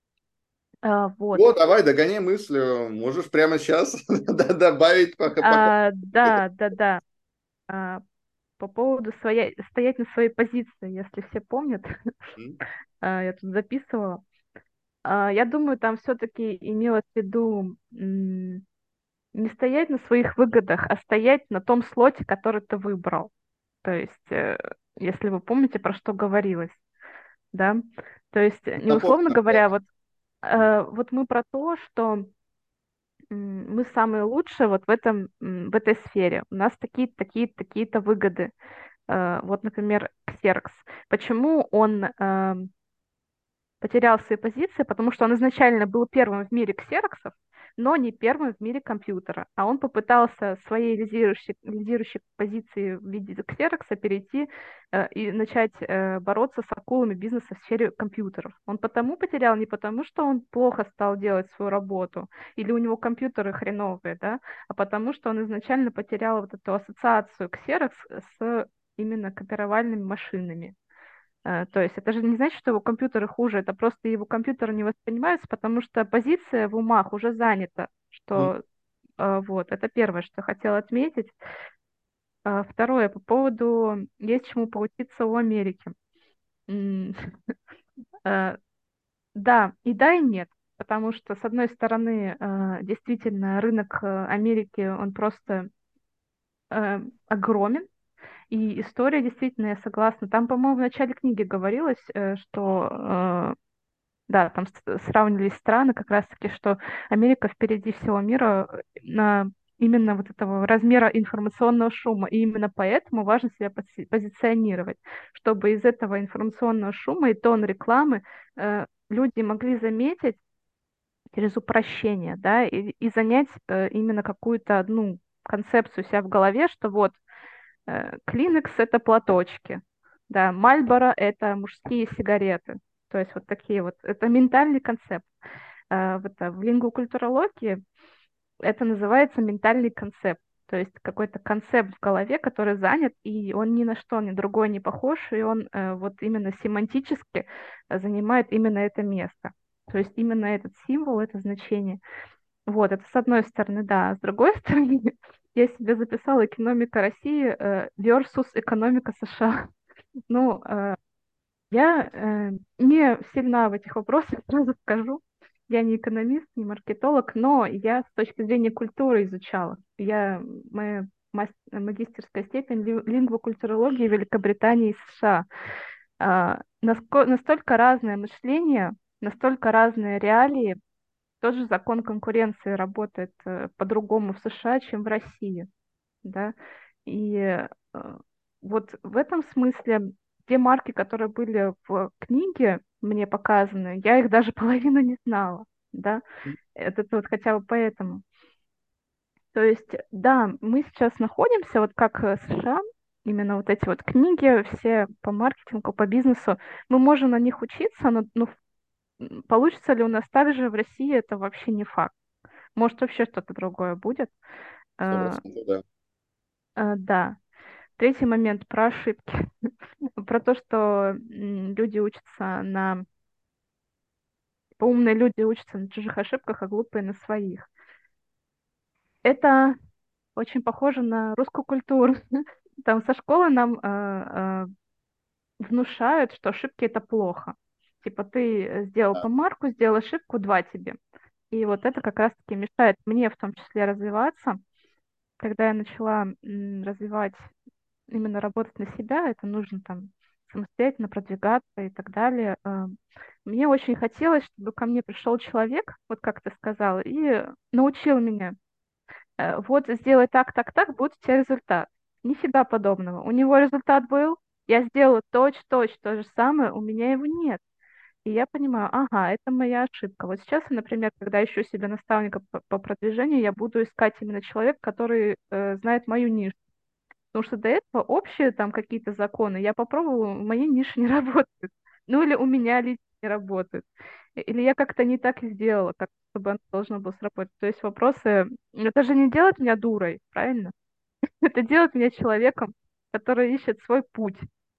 А, Вот. Вот, давай, догоняй мысль. э, Можешь прямо сейчас добавить пока, пока. А, Да, да, да. А, По поводу своей, стоять на своей позиции, если все помнят, М? а, я тут записывала. А, Я думаю, там все-таки имелось в виду м, не стоять на своих выгодах, а стоять на том слоте, который ты выбрал. То есть, э, если вы помните, про что говорилось, да? То есть, э, не Напомни, условно говоря, пожалуйста. вот, э, вот мы про то, что м, мы самые лучшие вот в этом, м, в этой сфере. У нас такие-то, такие-то, такие-то выгоды. Э, Вот, например, Xerox. Почему он эм, потерял свои позиции, потому что он изначально был первым в мире ксероксов, но не первым в мире компьютера. А он попытался своей лидирующей, лидирующей позиции в виде ксерокса перейти э, и начать э, бороться с акулами бизнеса в сфере компьютеров. Он потому потерял, не потому, что он плохо стал делать свою работу, или у него компьютеры хреновые, да, а потому что он изначально потерял вот эту ассоциацию ксерокс с именно копировальными машинами. Э, То есть это же не значит, что его компьютеры хуже, это просто его компьютеры не воспринимаются, потому что позиция в умах уже занята, М? что э, вот, это первое, что я хотела отметить. А Второе, по поводу есть чему поучиться у Америки. М, э, Да, и да, и нет, потому что, с одной стороны, э, действительно, рынок э, Америки, он просто э, огромен, и история действительно, я согласна. Там, по-моему, в начале книги говорилось, э, что э, да, там с- сравнивались страны, как раз-таки, что Америка впереди всего мира э, на именно вот этого размера информационного шума. И именно поэтому важно себя пози- позиционировать, чтобы из этого информационного шума и тон рекламы э, люди могли заметить через упрощение, да, и, и занять э, именно какую-то одну концепцию у себя в голове, что вот э, Kleenex — это платочки, да, Marlboro — это мужские сигареты. То есть вот такие вот, это ментальный концепт. Э, в, это, в лингвокультурологии это называется ментальный концепт. То есть какой-то концепт в голове, который занят, и он ни на что ни другой не похож, и он э, вот именно семантически э, занимает именно это место. То есть именно этот символ, это значение. Вот, это с одной стороны, да. А с другой стороны, я себе записала экономика России э, versus экономика США. Ну, э, я э, не сильна в этих вопросах, сразу скажу. Я не экономист, не маркетолог, но я с точки зрения культуры изучала. Я, моя мас- магистерская степень ли- лингвокультурологии Великобритании и США. А, наско- настолько разное мышление, настолько разные реалии. Тот же закон конкуренции работает э, по-другому в США, чем в России, да. И э, вот в этом смысле те марки, которые были в книге мне показаны, я их даже половину не знала, да. Это вот хотя бы поэтому. То есть, да, мы сейчас находимся, вот как э, США, именно вот эти вот книги, все по маркетингу, по бизнесу, мы можем на них учиться, но, но м, получится ли у нас так же в России, это вообще не факт. Может, вообще что-то другое будет. Сто Э, процентов, да. э, Да. Третий момент про ошибки. Про то, что м, люди учатся на... Умные люди учатся на чужих ошибках, а глупые на своих. Это очень похоже на русскую культуру. Там со школы нам э, э, внушают, что ошибки — это плохо. Типа ты сделал Да. помарку, сделал ошибку, два тебе. И вот это как раз-таки мешает мне в том числе развиваться. Когда я начала м, развивать, именно работать на себя, это нужно там самостоятельно продвигаться и так далее. э, Мне очень хотелось, чтобы ко мне пришел человек, вот как ты сказала, и научил меня. э, Вот сделай так, так, так, будет у тебя результат. Нифига подобного. У него результат был, я сделала точь-точь то же самое, у меня его нет. И я понимаю, ага, это моя ошибка. Вот сейчас, например, когда ищу себе наставника по, по продвижению, я буду искать именно человека, который э, знает мою нишу. Потому что до этого общие там какие-то законы я попробовала, в моей нише не работают. Ну или у меня лично не работают. Или я как-то не так сделала, как чтобы оно должно было сработать. То есть вопросы... Это же не делает меня дурой, правильно? Это делает меня человеком, который ищет свой путь.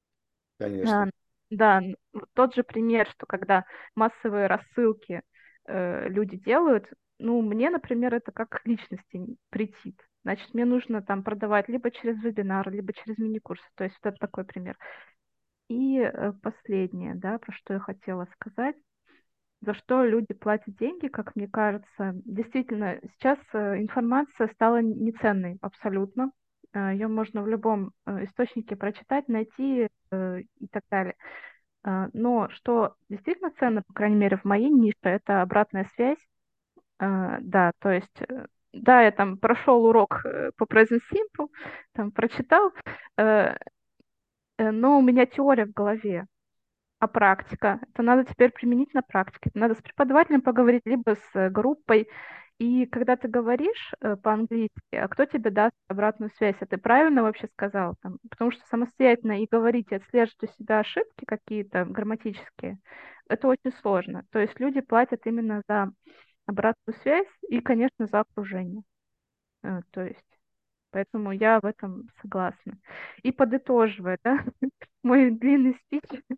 А, Конечно. Да, н- вот тот же пример, что когда массовые рассылки э, люди делают, ну, мне, например, это как личности н- претит. Значит, мне нужно там продавать либо через вебинар, либо через мини-курсы. То есть вот это такой пример. И э, последнее, да, про что я хотела сказать. За что люди платят деньги, как мне кажется. Действительно, сейчас э, информация стала неценной абсолютно. Ее можно в любом э, источнике прочитать, найти э, и так далее. А, Но что действительно ценно, по крайней мере, в моей нише, это обратная связь. А, Да, то есть, э, да, я там прошел урок э, по Present Simple, там прочитал, э, э, но у меня теория в голове. А практика? Это надо теперь применить на практике. Надо с преподавателем поговорить, либо с э, группой. И когда ты говоришь э, по-английски, а кто тебе даст обратную связь? А ты правильно вообще сказал? Там, потому что самостоятельно и говорить, и отслеживать у себя ошибки какие-то грамматические, это очень сложно. То есть люди платят именно за обратную связь и, конечно, за окружение. Э, То есть, поэтому я в этом согласна. И подытоживая, да, мой длинный спич,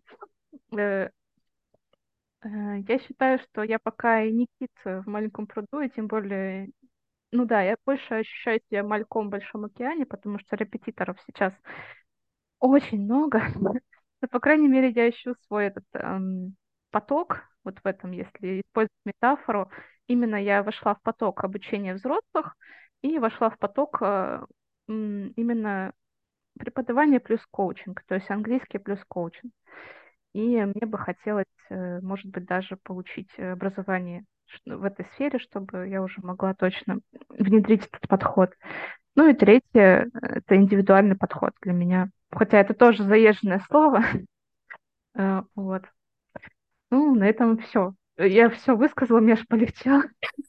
э, Э, Я считаю, что я пока и не кит в маленьком пруду, и тем более, ну да, я больше ощущаю себя мальком в большом океане, потому что репетиторов сейчас очень много. Но, по крайней мере, я ищу свой этот эм, поток, вот в этом, если использовать метафору, именно я вошла в поток обучения взрослых и вошла в поток э, м, именно преподавания плюс коучинг, то есть английский плюс коучинг. И мне бы хотелось, э, может быть, даже получить э, образование ш- в этой сфере, чтобы я уже могла точно внедрить этот подход. Ну и третье, э, это индивидуальный подход для меня. Хотя это тоже заезженное слово. Э, Вот. Ну, на этом все. Я все высказала, мне аж полегчало.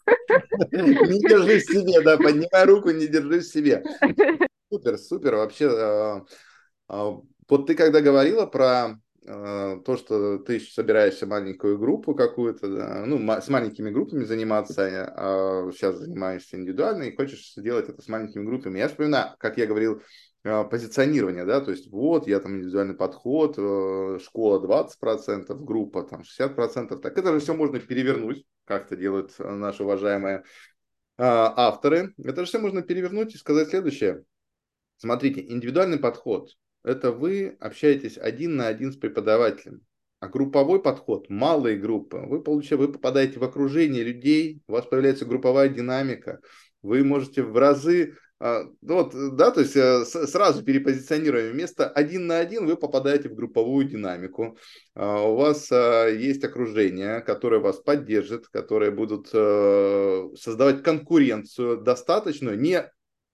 Не держи в себе, да, поднимай руку, не держи в себе. Супер, супер. Вообще, э, э, вот ты когда говорила про э, то, что ты собираешься маленькую группу какую-то, да, ну, ма- с маленькими группами заниматься, а сейчас занимаешься индивидуально и хочешь сделать это с маленькими группами. Я вспоминаю, как я говорил, э, позиционирование, да, то есть вот я там индивидуальный подход, э, школа двадцать процентов, группа там шестьдесят процентов, так это же все можно перевернуть, как это делают э, наши уважаемые а, авторы. Это же все можно перевернуть и сказать следующее. Смотрите, индивидуальный подход– это вы общаетесь один на один с преподавателем. А групповой подход, малые группы, вы, получаете, вы попадаете в окружение людей, у вас появляется групповая динамика, вы можете в разы, а, ну вот, да, то есть э, с- сразу перепозиционируем, вместо один на один вы попадаете в групповую динамику, А, у вас а, есть окружение, которое вас поддержит, которые будут э, создавать конкуренцию достаточную, не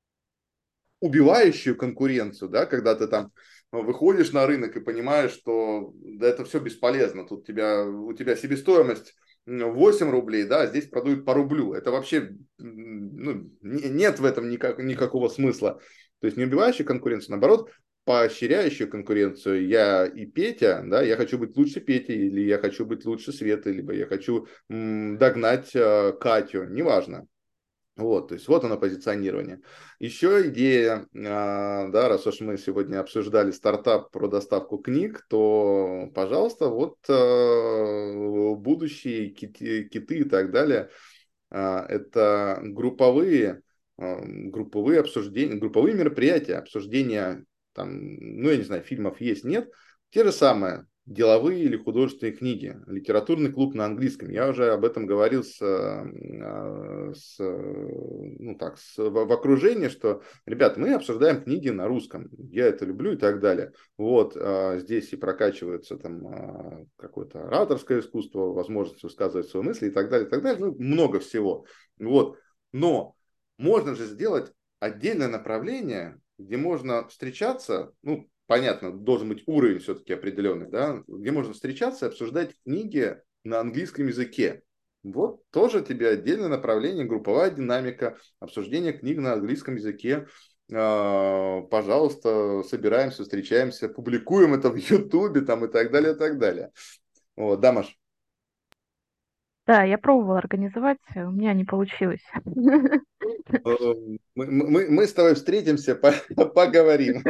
убивающую конкуренцию, да, когда ты там выходишь на рынок и понимаешь, что да, это все бесполезно, тут тебя, у тебя себестоимость восемь рублей, да, а здесь продают по рублю. Это вообще, ну, не- нет в этом никак, никакого смысла. То есть не убивающая конкуренцию, наоборот, поощряющую конкуренцию. Я и Петя, да, я хочу быть лучше Пети, или я хочу быть лучше Светы, либо я хочу м, догнать э, Катю, неважно. Вот, то есть вот оно позиционирование. Еще идея, а, да, раз уж мы сегодня обсуждали стартап про доставку книг, то, пожалуйста, вот а, будущие киты, киты и так далее, а, это групповые, а, групповые обсуждения, групповые мероприятия, обсуждения, там, ну, я не знаю, фильмов есть, нет, те же самые деловые или художественные книги, литературный клуб на английском. Я уже об этом говорил с, э, с, ну так, с, в, в окружении, что, ребят, мы обсуждаем книги на русском, я это люблю и так далее. Вот, а, здесь и прокачивается там а, какое-то ораторское искусство, возможность высказывать свои мысли и так далее, и так далее. Ну, много всего. Вот. Но можно же сделать отдельное направление, где можно встречаться, ну, понятно, должен быть уровень все-таки определенный, да, где можно встречаться и обсуждать книги на английском языке. Вот тоже тебе отдельное направление, групповая динамика, обсуждение книг на английском языке. А, Пожалуйста, собираемся, встречаемся, публикуем это в Ютубе там и так далее, и так далее. Вот, да, Маш? Да, я пробовала организовать, у меня не получилось. Э, Мы, мы, мы с тобой встретимся, по- поговорим.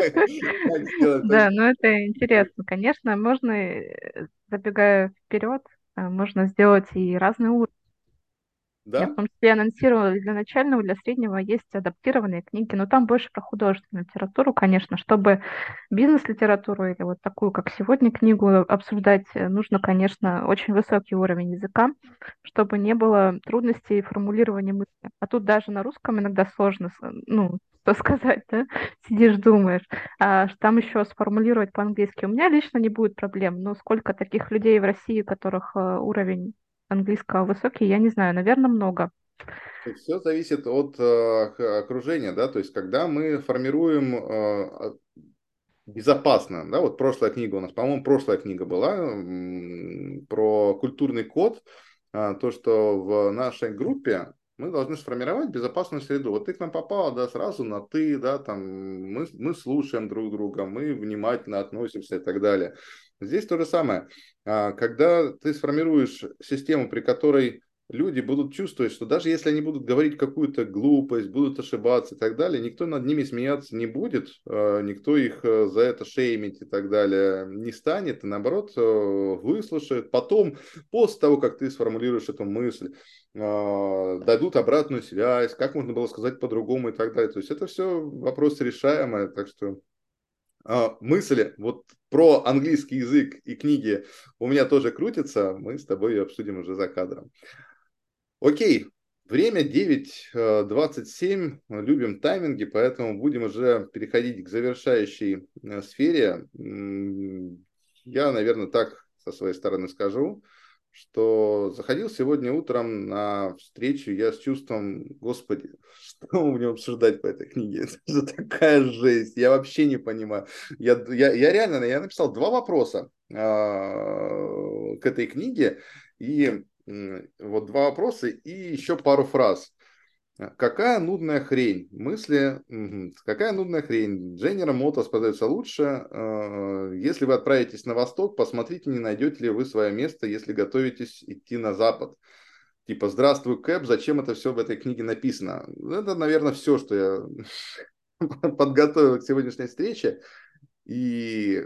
Как сделать так, Да, но это интересно. Конечно, можно, э, забегая вперед, э, можно сделать и разные уровни. Я в да? том числе анонсировала и для начального, и для среднего есть адаптированные книги, но там больше про художественную литературу, конечно. Чтобы бизнес-литературу или вот такую, как сегодня, книгу обсуждать, э, нужно, конечно, очень высокий уровень языка, чтобы не было трудностей формулирования мысли. А тут даже на русском иногда сложно, с- ну, что сказать, да? Сидишь, думаешь. А ш- там еще сформулировать по-английски. У меня лично не будет проблем, но сколько таких людей в России, у которых э, уровень английского высокий, я не знаю, наверное, много. Все зависит от э, х- окружения, да, то есть когда мы формируем э, безопасно, да, вот прошлая книга у нас, по-моему, прошлая книга была м, про культурный код, а, то, что в нашей группе мы должны сформировать безопасную среду. Вот ты к нам попала, да, сразу на ты, да, там, мы, мы слушаем друг друга, мы внимательно относимся и так далее. Здесь то же самое. А, Когда ты сформируешь систему, при которой люди будут чувствовать, что даже если они будут говорить какую-то глупость, будут ошибаться и так далее, никто над ними смеяться не будет, э, никто их э, за это шеймить и так далее не станет, и наоборот э, выслушает. Потом, после того, как ты сформулируешь эту мысль, э, дадут обратную связь, как можно было сказать по-другому и так далее. То есть это все вопрос решаемый, так что э, мысли вот про английский язык и книги у меня тоже крутятся, мы с тобой ее обсудим уже за кадром. Окей, время девять двадцать семь, любим тайминги, поэтому будем уже переходить к завершающей э, сфере. М, Я, наверное, так со своей стороны скажу, что заходил сегодня утром на встречу я с чувством, господи, что мы будем обсуждать по этой книге? Это же такая жесть, я вообще не понимаю. Я, я, я реально, я написал два вопроса а, к этой книге, и М, вот два вопроса и еще пару фраз. Какая нудная хрень? Мысли. Мгм. Какая нудная хрень? General Motors продается лучше. Э, Если вы отправитесь на восток, посмотрите, не найдете ли вы свое место, если готовитесь идти на запад. Типа, здравствуй, Кэп, зачем это все в этой книге написано? Это, наверное, все, что я подготовил к сегодняшней встрече. И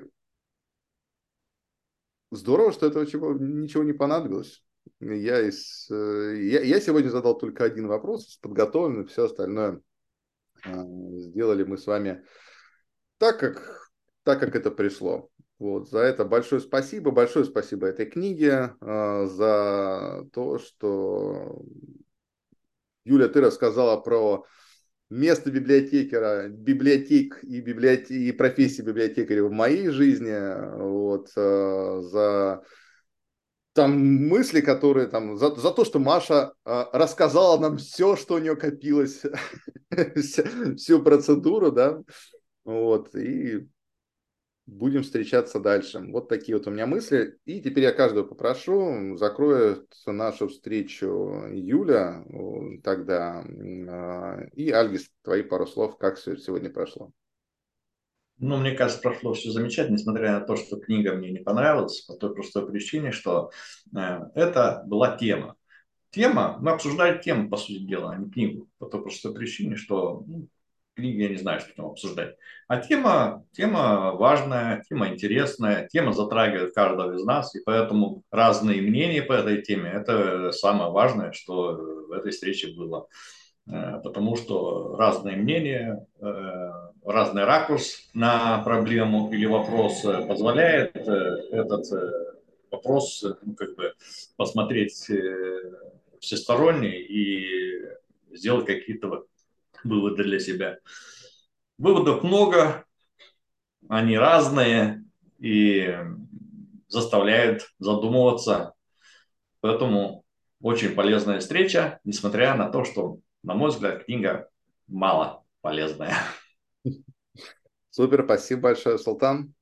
здорово, что этого чего, ничего не понадобилось. Я, из, э, я, я сегодня задал только один вопрос, подготовлен, все остальное э, сделали мы с вами так, как, так, как это пришло. Вот, за это большое спасибо, большое спасибо этой книге, э, за то, что, Юля, ты рассказала про место библиотекаря, библиотек и, библиотек, и профессии библиотекаря в моей жизни, вот, э, за там мысли, которые там, за, за то, что Маша э, рассказала нам все, что у нее копилось, всю всю процедуру, да, вот, и будем встречаться дальше. Вот такие вот у меня мысли. И теперь я каждого попрошу, закроет нашу встречу Юля э, тогда, э, и Альгис, твои пару слов, как все сегодня прошло. Ну, мне кажется, прошло все замечательно, несмотря на то, что книга мне не понравилась, по той простой причине, что э, это была тема. Тема, мы обсуждали тему, по сути дела, а не книгу. По той простой причине, что ну, книги я не знаю, что там обсуждать. А тема, тема важная, тема интересная, тема затрагивает каждого из нас, и поэтому разные мнения по этой теме – это самое важное, что в этой встрече было. Э, Потому что разные мнения, э, разный ракурс на проблему или вопрос э, позволяет э, этот э, вопрос э, ну, как бы посмотреть э, всесторонне и сделать какие-то выводы для себя. Выводов много, они разные и заставляют задумываться. Поэтому очень полезная встреча, несмотря на то, что, на мой взгляд, книга мало полезная. Супер, спасибо большое, Султан.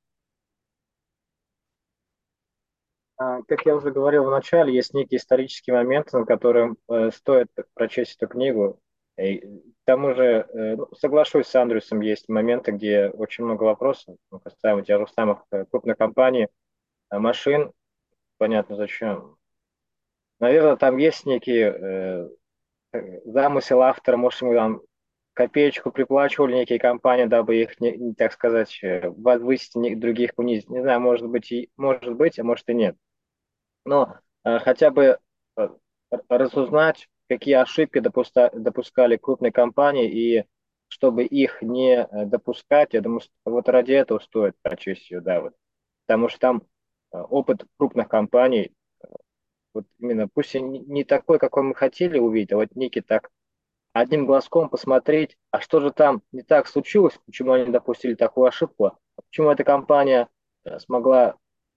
А, Как я уже говорил в начале, есть некий исторический момент, на котором э, стоит прочесть эту книгу. И к тому же, э, ну, соглашусь с Андрюсом, есть моменты, где очень много вопросов ну, касаемо тех же самых э, крупных компаний, э, машин, понятно зачем. наверное, там есть некий э, замысел автора, может, ему там копеечку приплачивали некие компании, дабы их, не, не, так сказать, э, возвысить, не- других унизить. Не знаю, может быть, и, может быть, а может и нет. Но э, хотя бы э, разузнать, какие ошибки допуста- допускали крупные компании, и чтобы их не э, допускать, я думаю, что вот ради этого стоит прочесть ее, да, вот. Потому что там э, опыт крупных компаний, вот именно, пусть и не не такой, какой мы хотели увидеть, а вот некий так одним глазком посмотреть, а что же там не так случилось, почему они допустили такую ошибку, а почему эта компания э, смогла,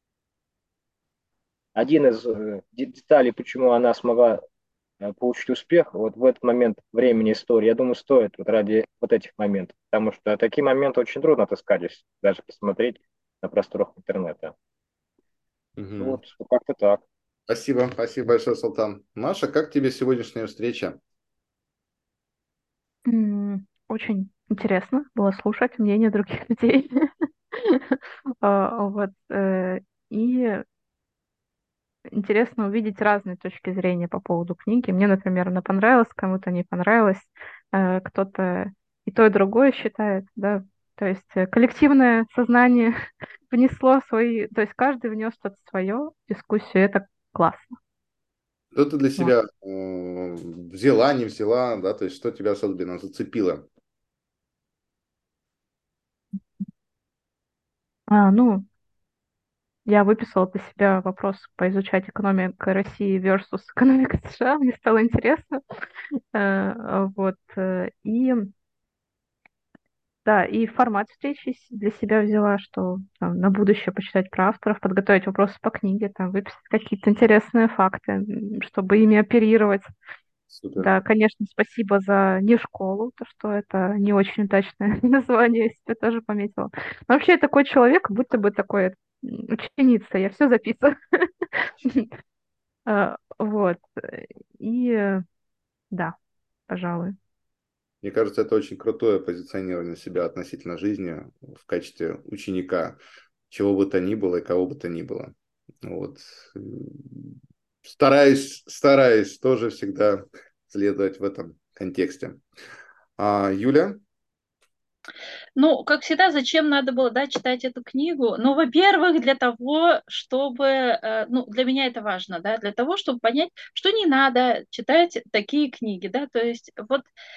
один из э, де- деталей, почему она смогла э, получить успех вот в этот момент времени истории, я думаю, стоит вот ради вот этих моментов, потому что такие моменты очень трудно отыскать, если даже посмотреть на просторах интернета. Ну Мгм. вот как-то так. Спасибо, спасибо большое, Султан. Маша, как тебе сегодняшняя встреча? М, Очень интересно было слушать мнение других людей. А, Вот. э, И интересно увидеть разные точки зрения по поводу книги. Мне, например, она понравилась, кому-то не понравилась, э, кто-то и то, и другое считает, да. То есть э, коллективное сознание внесло свои, то есть каждый внес что-то свое в дискуссию, это классно. Что ты для Вот. себя э, взяла, не взяла, да, то есть что тебя особенно зацепило? А, ну, я выписала для себя вопрос поизучать экономика России versus экономика США. Мне стало интересно. Э, Вот. э, И да, и формат встречи с- для себя взяла, что там, на будущее почитать про авторов, подготовить вопросы по книге, там, выписать какие-то интересные факты, м, чтобы ими оперировать. Супер. Да, конечно, спасибо за не школу, то, что это не очень удачное название, я себе тоже пометила. Но вообще я такой человек, будто бы такой м, ученица, я все записываю. А, Вот. И э, да, пожалуй. Мне кажется, это очень крутое позиционирование себя относительно жизни в качестве ученика, чего бы то ни было и кого бы то ни было. Вот. Стараюсь, стараюсь тоже всегда следовать в этом контексте. А, Юля? Ну, как всегда, зачем надо было, да, читать эту книгу? Ну, во-первых, для того, чтобы, э, ну, для меня это важно, да, для того, чтобы понять, что не надо читать такие книги, да, то есть вот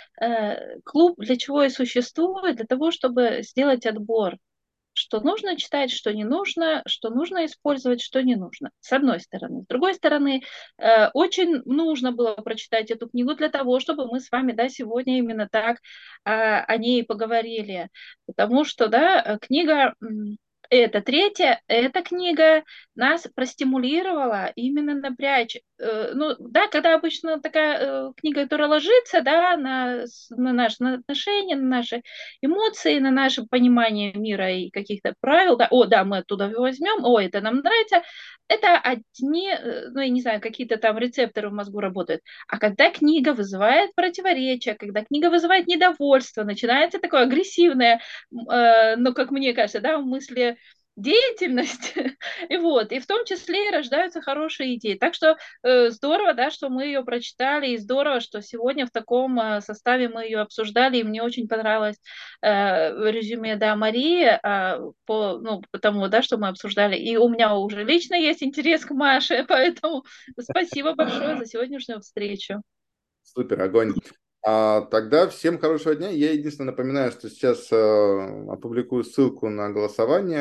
э, клуб для чего и существует, для того, чтобы сделать отбор, что нужно читать, что не нужно, что нужно использовать, что не нужно, с одной стороны. С другой стороны, э, очень нужно было прочитать эту книгу для того, чтобы мы с вами, да, сегодня именно так э, о ней поговорили, потому что, да, э, книга, м, это третья, эта книга нас простимулировала именно напрячь. Э, ну, да, когда обычно такая э, книга, которая ложится, да, на, с- на наши на отношения, на наши эмоции, на наше понимание мира и каких-то правил, да, о, да, мы оттуда возьмем, о, это нам нравится, это одни, э, ну, я не знаю, какие-то там рецепторы в мозгу работают. А когда книга вызывает противоречия, когда книга вызывает недовольство, начинается такое агрессивное, э, ну, как мне кажется, да, мысли деятельность, и вот, и в том числе и рождаются хорошие идеи. Так что э, здорово, да, что мы ее прочитали, и здорово, что сегодня в таком э, составе мы ее обсуждали, и мне очень понравилось э, резюме, да, Марии, э, по, ну, потому, да, что мы обсуждали, и у меня уже лично есть интерес к Маше, поэтому спасибо большое за сегодняшнюю встречу. Супер, огонь. А, тогда всем хорошего дня. Я единственное напоминаю, что сейчас э, опубликую ссылку на голосование.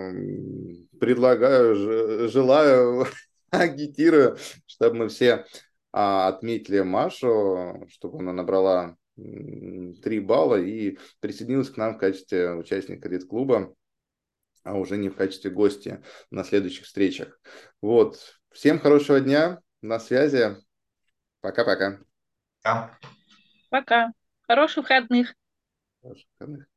М, Предлагаю, ж- желаю, агитирую, чтобы мы все а, отметили Машу, чтобы она набрала м, три балла и присоединилась к нам в качестве участника Ред-клуба, а уже не в качестве гостя на следующих встречах. Вот. Всем хорошего дня. На связи. Пока-пока. Да. Пока. Хороших выходных. Хороших выходных.